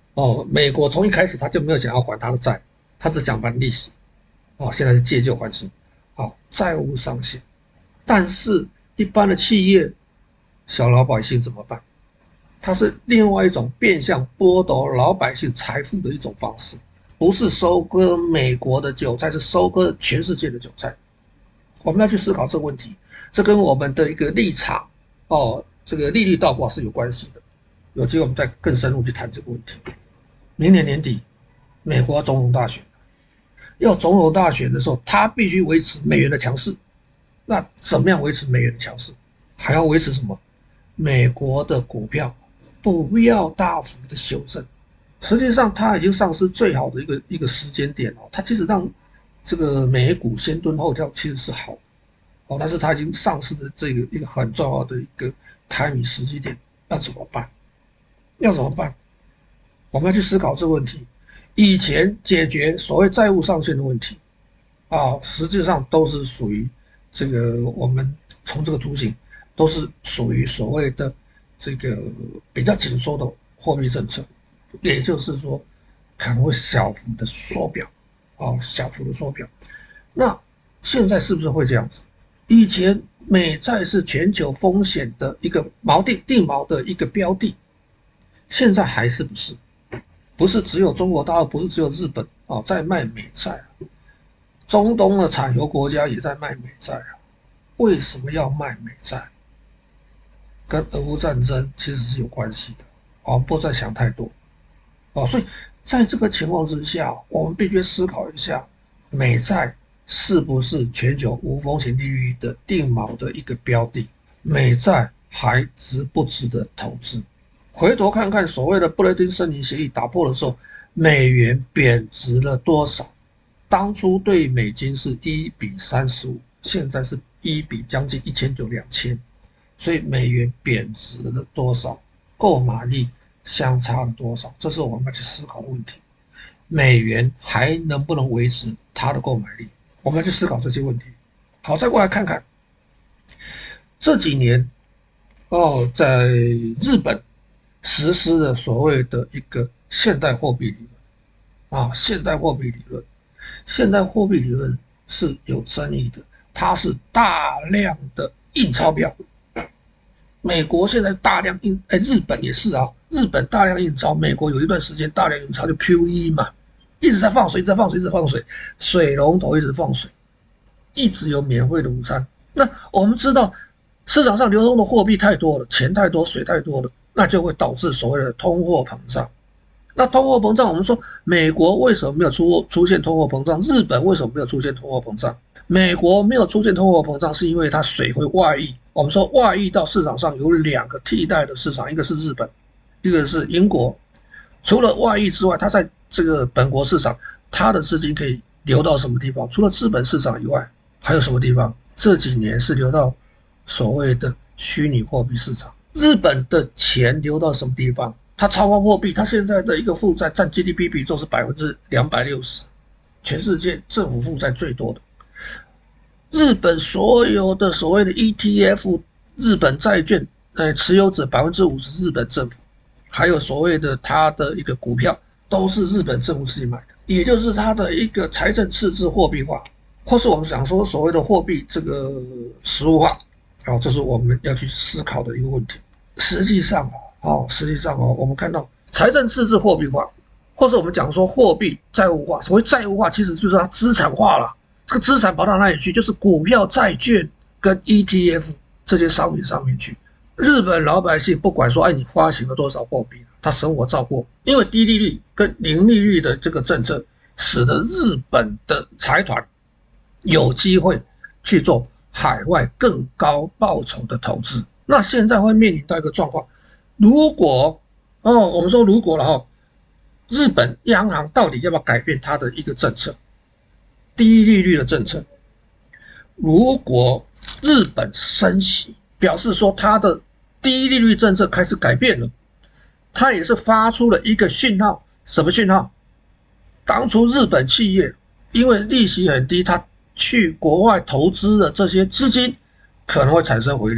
[SPEAKER 3] 哦，美国从一开始他就没有想要还他的债，他只想还利息。哦，现在是借旧还新，好，债务上限。但是一般的企业、小老百姓怎么办？它是另外一种变相剥夺老百姓财富的一种方式，不是收割美国的韭菜，是收割全世界的韭菜。我们要去思考这个问题，这跟我们的一个立场哦，这个利率倒挂是有关系的。有机会我们再更深入去谈这个问题。明年年底，美国总统大选，要总统大选的时候，他必须维持美元的强势。那怎么样维持美元的强势？还要维持什么？美国的股票不要大幅的修正。实际上，它已经丧失最好的一个一个时间点哦。它其实让这个美股先蹲后跳其实是好的哦，但是它已经丧失的这个一个很重要的一个timing时机点，要怎么办？要怎么办？我们要去思考这个问题。以前解决所谓债务上限的问题啊，实际上都是属于这个我们从这个图形都是属于所谓的这个比较紧缩的货币政策，也就是说可能会小幅的缩表啊，小幅的缩表。那现在是不是会这样子？以前美债是全球风险的一个锚定定锚的一个标的，现在还是不是？不是只有中国大陆，不是只有日本啊在卖美债啊，中东的产油国家也在卖美债啊。为什么要卖美债？跟俄乌战争其实是有关系的，我们不再想太多啊。所以在这个情况之下，我们必须思考一下，美债是不是全球无风险利率的定锚的一个标的？美债还值不值得投资？回头看看所谓的布雷顿森林协议打破的时候，美元贬值了多少？当初对美金是一比三十五，现在是一比将近一千九两千，所以美元贬值了多少？购买力相差了多少？这是我们要去思考的问题。美元还能不能维持它的购买力？我们要去思考这些问题。好，再过来看看这几年哦，在日本实施了所谓的一个现代货币理论啊，现代货币理论，现代货币理论是有争议的，它是大量的印钞票。美国现在大量印，哎，日本也是啊，日本大量印钞，美国有一段时间大量印钞就 Q E 嘛，一直在放水，一直在放水，一直在放水，水龙头一直放水，一直有免费的午餐。那我们知道市场上流通的货币太多了，钱太多，水太多了。那就会导致所谓的通货膨胀。那通货膨胀，我们说美国为什么没有出出现通货膨胀？日本为什么没有出现通货膨胀？美国没有出现通货膨胀，是因为它水会外溢。我们说外溢到市场上有两个替代的市场，一个是日本，一个是英国。除了外溢之外，它在这个本国市场，它的资金可以流到什么地方？除了资本市场以外，还有什么地方？这几年是流到所谓的虚拟货币市场。日本的钱流到什么地方？它超发货币，它现在的一个负债占 G D P 比重是百分之两百六十，全世界政府负债最多的。日本所有的所谓的 E T F， 日本债券，呃，持有者百分之五十日本政府，还有所谓的它的一个股票，都是日本政府自己买的，也就是它的一个财政赤字货币化，或是我们想说所谓的货币这个实物化。好，这是我们要去思考的一个问题。实际上哦，实际上哦，我们看到财政赤字货币化，或是我们讲说货币债务化。所谓债务化，其实就是它资产化了。这个资产跑到哪里去？就是股票、债券跟 E T F 这些商品上面去。日本老百姓不管说，哎，你发行了多少货币，他生活照过，因为低利率跟零利率的这个政策，使得日本的财团有机会去做海外更高报酬的投资。那现在会面临到一个状况，如果哦，我们说如果了哈，日本央行到底要不要改变它的一个政策，低利率的政策？如果日本升息，表示说它的低利率政策开始改变了，它也是发出了一个讯号。什么讯号？当初日本企业因为利息很低，它去国外投资的这些资金可能会产生回流。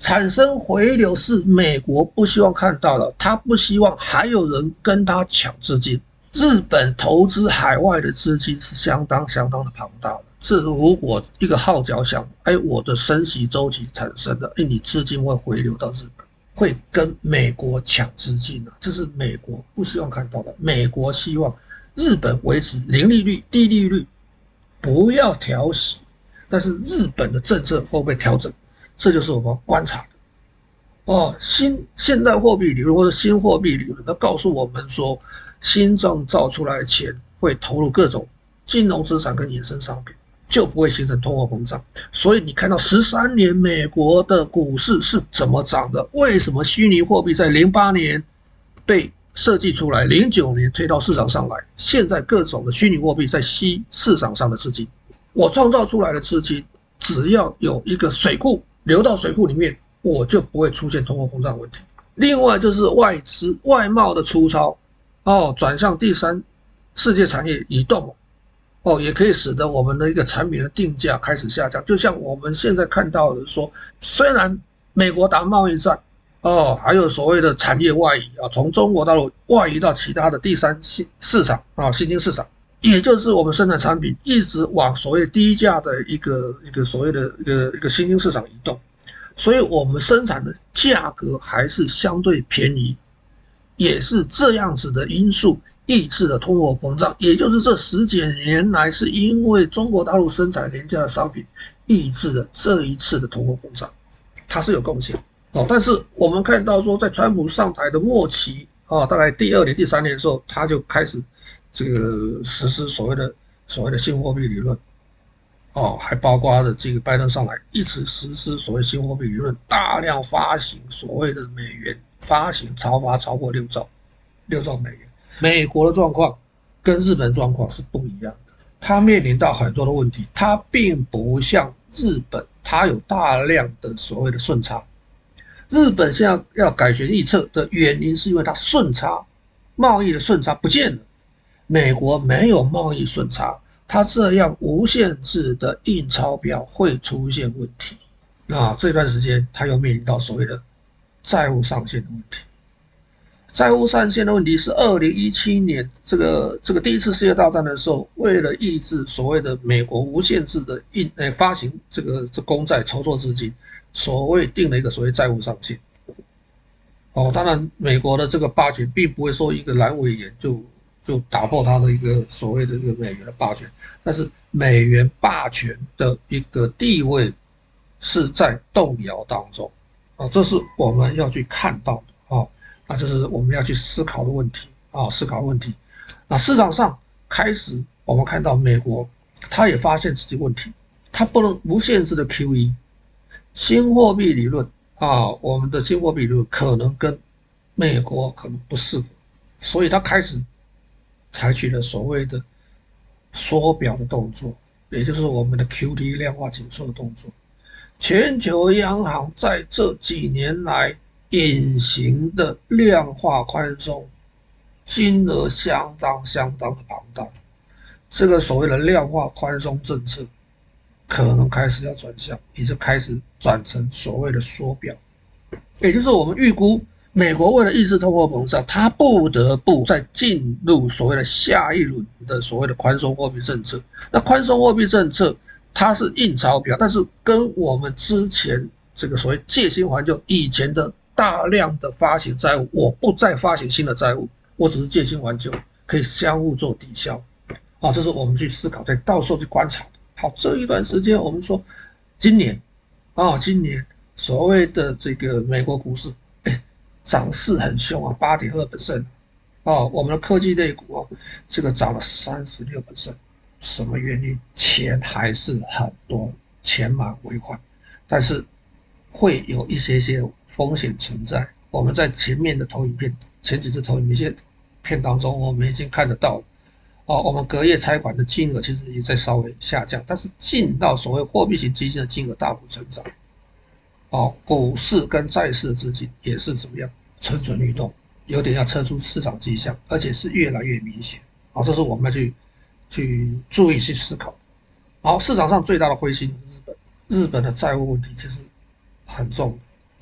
[SPEAKER 3] 产生回流是美国不希望看到的，他不希望还有人跟他抢资金。日本投资海外的资金是相当相当的庞大的，是如果一个号角响，哎，我的升息周期产生的，哎，你资金会回流到日本，会跟美国抢资金啊，这是美国不希望看到的。美国希望日本维持零利率、低利率，不要调息，但是日本的政策会不会调整，这就是我们观察的。哦，新现代货币理论或者新货币理论，它告诉我们说，新创造出来的钱会投入各种金融资产跟衍生商品，就不会形成通货膨胀。所以你看到十三年美国的股市是怎么涨的？为什么虚拟货币在零八年被设计出来，零九年推到市场上来，现在各种的虚拟货币在吸市场上的资金。我创造出来的资金，只要有一个水库流到水库里面，我就不会出现通货膨胀问题。另外就是外资外贸的出超哦，转向第三世界产业移动哦，也可以使得我们的一个产品的定价开始下降。就像我们现在看到的说，虽然美国打贸易战哦，还有所谓的产业外移啊，从中国大陆外移到其他的第三市场啊，新兴市场，也就是我们生产产品一直往所谓低价的一个一个所谓的一个一个新兴市场移动。所以我们生产的价格还是相对便宜，也是这样子的因素抑制了通货膨胀，也就是这十几年来是因为中国大陆生产廉价的商品抑制了这一次的通货膨胀，它是有贡献哦。但是我们看到说，在川普上台的末期啊，大概第二年、第三年的时候，他就开始这个实施所谓的所谓的新货币理论。哦，还包括了这个拜登上来一直实施所谓新货币理论，大量发行所谓的美元，发行超发超过六兆六兆美元。美国的状况跟日本状况是不一样的，它面临到很多的问题，它并不像日本，它有大量的所谓的顺差。日本现在要改弦易辙的原因是因为它顺差贸易的顺差不见了，美国没有贸易顺差。它这样无限制的印钞票会出现问题，那这段时间它又面临到所谓的债务上限的问题。债务上限的问题是二零一七年这个这个第一次世界大战的时候，为了抑制所谓的美国无限制的印呃发行这个这公债筹措资金，所谓定了一个所谓债务上限。哦，当然美国的这个霸权并不会说一个阑尾炎就。就打破它的一个所谓的一个美元的霸权，但是美元霸权的一个地位是在动摇当中啊，这是我们要去看到的啊，那这是我们要去思考的问题啊，思考问题。那市场上开始我们看到美国，他也发现自己问题，他不能无限制的 Q E， 新货币理论啊，我们的新货币理论可能跟美国可能不适合，所以他开始。采取了所谓的缩表的动作，也就是我们的 Q T 量化紧缩的动作。全球央行在这几年来隐形的量化宽松，金额相当相当的庞大。这个所谓的量化宽松政策，可能开始要转向，也就开始转成所谓的缩表，也就是我们预估。美国为了抑制通货膨胀，它不得不再进入所谓的下一轮的所谓的宽松货币政策。那宽松货币政策它是印钞票，但是跟我们之前这个所谓借新还旧以前的大量的发行债务，我不再发行新的债务，我只是借新还旧，可以相互做抵消。啊，这是我们去思考，在到时候去观察的。好，这一段时间我们说，今年啊，今年所谓的这个美国股市。涨势很凶啊 ，八点二 percent， 哦，我们的科技类股啊，这个涨了 百分之三十六， 什么原因？钱还是很多，钱满为患，但是会有一些些风险存在。我们在前面的投影片，前几次投影片片当中，我们已经看得到，哦，我们隔夜拆款的金额其实也在稍微下降，但是进到所谓货币型基金的金额大幅成长。哦，股市跟债市的资金也是怎么样蠢蠢欲动，有点要撤出市场迹象，而且是越来越明显。好，这是我们要去去注意去思考。好，市场上最大的灰心日本，日本的债务问题其实很重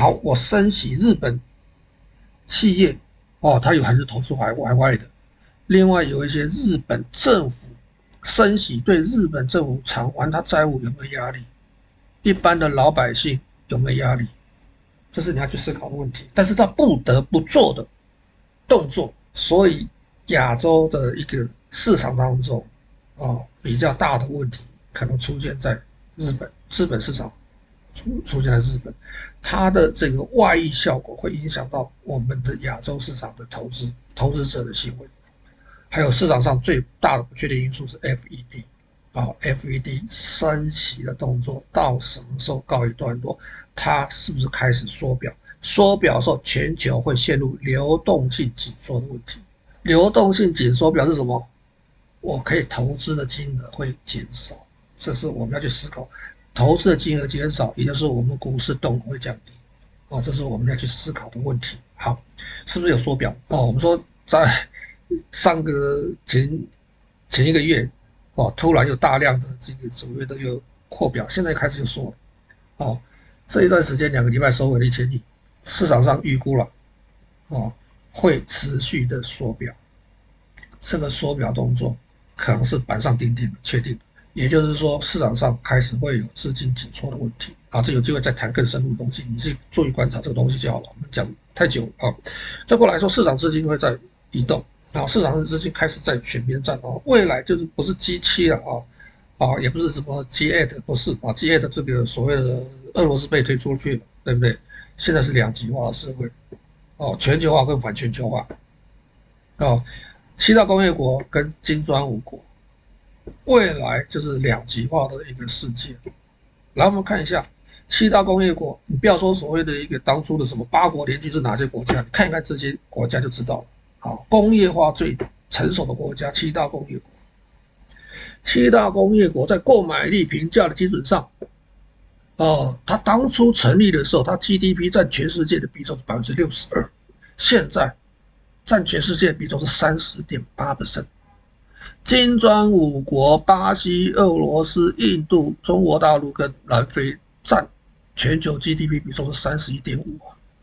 [SPEAKER 3] 好，我升息日本企业哦，它有还是投资海海外的，另外有一些日本政府升息对日本政府偿还它债务有没有压力？一般的老百姓有没有压力？这是你要去思考的问题。但是它不得不做的动作，所以亚洲的一个市场当中，哦，比较大的问题可能出现在日本，资本市场出出现在日本，它的这个外溢效果会影响到我们的亚洲市场的投资投资者的行为。还有市场上最大的不确定因素是 F E D， 啊 ，F E D 升息的动作到什么时候告一段落？它是不是开始缩表？缩表的时候，全球会陷入流动性紧缩的问题。流动性紧缩表示什么？我可以投资的金额会减少，这是我们要去思考。投资的金额减少，也就是我们股市动能会降低，哦，这是我们要去思考的问题。好，是不是有缩表？哦，我们说在上个前前一个月，哦，突然有大量的这个所谓的有扩表，现在开始就缩了，哦，这一段时间两个礼拜收回了一千亿，市场上预估了，哦，会持续的缩表，这个缩表动作可能是板上钉钉的，确定，也就是说市场上开始会有资金紧缩的问题，啊，这有机会再谈更深入的东西，你去注意观察这个东西就好了，我们讲太久了啊，再过来说市场资金会在移动。啊，市场的资金开始在选边站哦，未来就是不是 G 七 了啊，啊，也不是什么 G 八， 不是啊 ，G 八 这个所谓的俄罗斯被推出去了，对不对？现在是两极化的社会，哦，全球化跟反全球化，哦，七大工业国跟金砖五国，未来就是两极化的一个世界。来，我们看一下七大工业国，你不要说所谓的一个当初的什么八国联军是哪些国家，你看一看这些国家就知道了。好，工业化最成熟的国家，七大工业国。七大工业国在购买力评价的基准上，哦，它当初成立的时候，它 G D P 占全世界的比重是 百分之六十二， 现在占全世界的比重是 百分之三十点八。金砖五国，巴西、俄罗斯、印度、中国大陆跟南非占全球 G D P 比重是 三十一点五，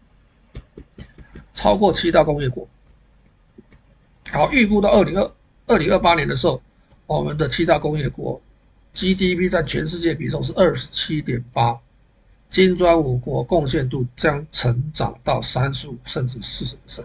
[SPEAKER 3] 超过七大工业国。好，预估到二零二八年的时候，我们的七大工业国 G D P 占全世界比重是 二十七点八， 金砖五国贡献度将成长到三十五甚至 百分之四十。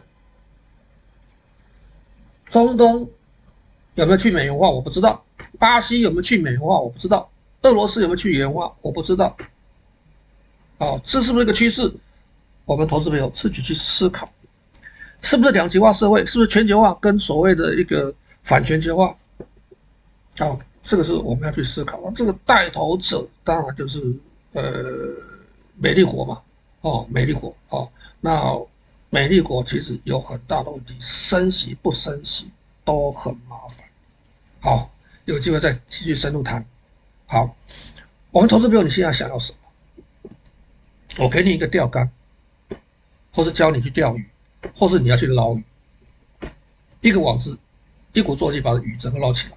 [SPEAKER 3] 中东有没有去美元化我不知道，巴西有没有去美元化我不知道，俄罗斯有没有去美元化我不知道。好，这是不是一个趋势？我们投资朋友自己去思考。是不是两极化社会？是不是全球化跟所谓的一个反全球化？好，这个是我们要去思考。这个带头者当然就是呃美利国嘛，哦，美利国哦，那美利国其实有很大的问题，升息不升息都很麻烦。好，有机会再继续深入谈。好，我们投资朋友，你现在想要什么？我给你一个钓竿，或是教你去钓鱼。或是你要去捞鱼，一个网子，一鼓作气把鱼整个捞起来。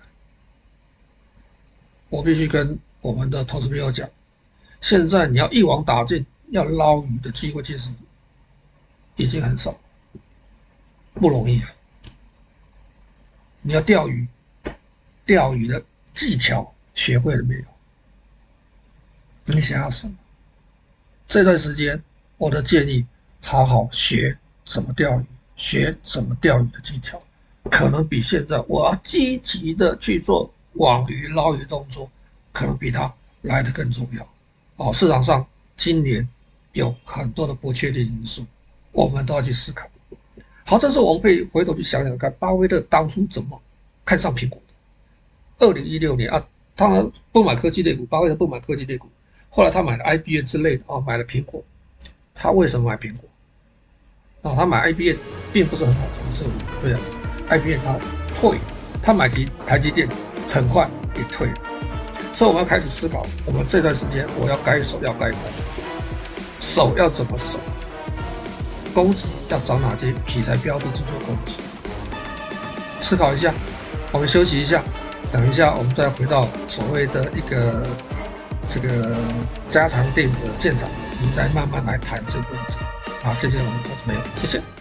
[SPEAKER 3] 我必须跟我们的投资朋友讲，现在你要一网打尽，要捞鱼的机会其实已经很少，不容易啊。你要钓鱼，钓鱼的技巧学会了没有？你想要什么？这段时间我的建议，好好学怎么钓鱼，学怎么钓鱼的技巧，可能比现在我要积极的去做网鱼捞鱼动作，可能比它来得更重要。哦，市场上今年有很多的不确定因素，我们都要去思考。好，这时候我们可以回头去想想看，巴菲特当初怎么看上苹果的。二零一六年啊，当然不买科技类股，巴菲特不买科技类股，后来他买了 I B M 之类的啊，买了苹果。他为什么买苹果？哦，他买 I B M 并不是很好的策略，虽然 I B M 他退，他买台台积电很快也退了，所以我们要开始思考，我们这段时间我要该守要该攻，守要怎么守，攻击要找哪些题材标的去做攻击，思考一下，我们休息一下，等一下我们再回到所谓的一个这个加强店的现场。 我们再慢慢来谈这个问题。好，谢谢我们投资朋友，谢谢。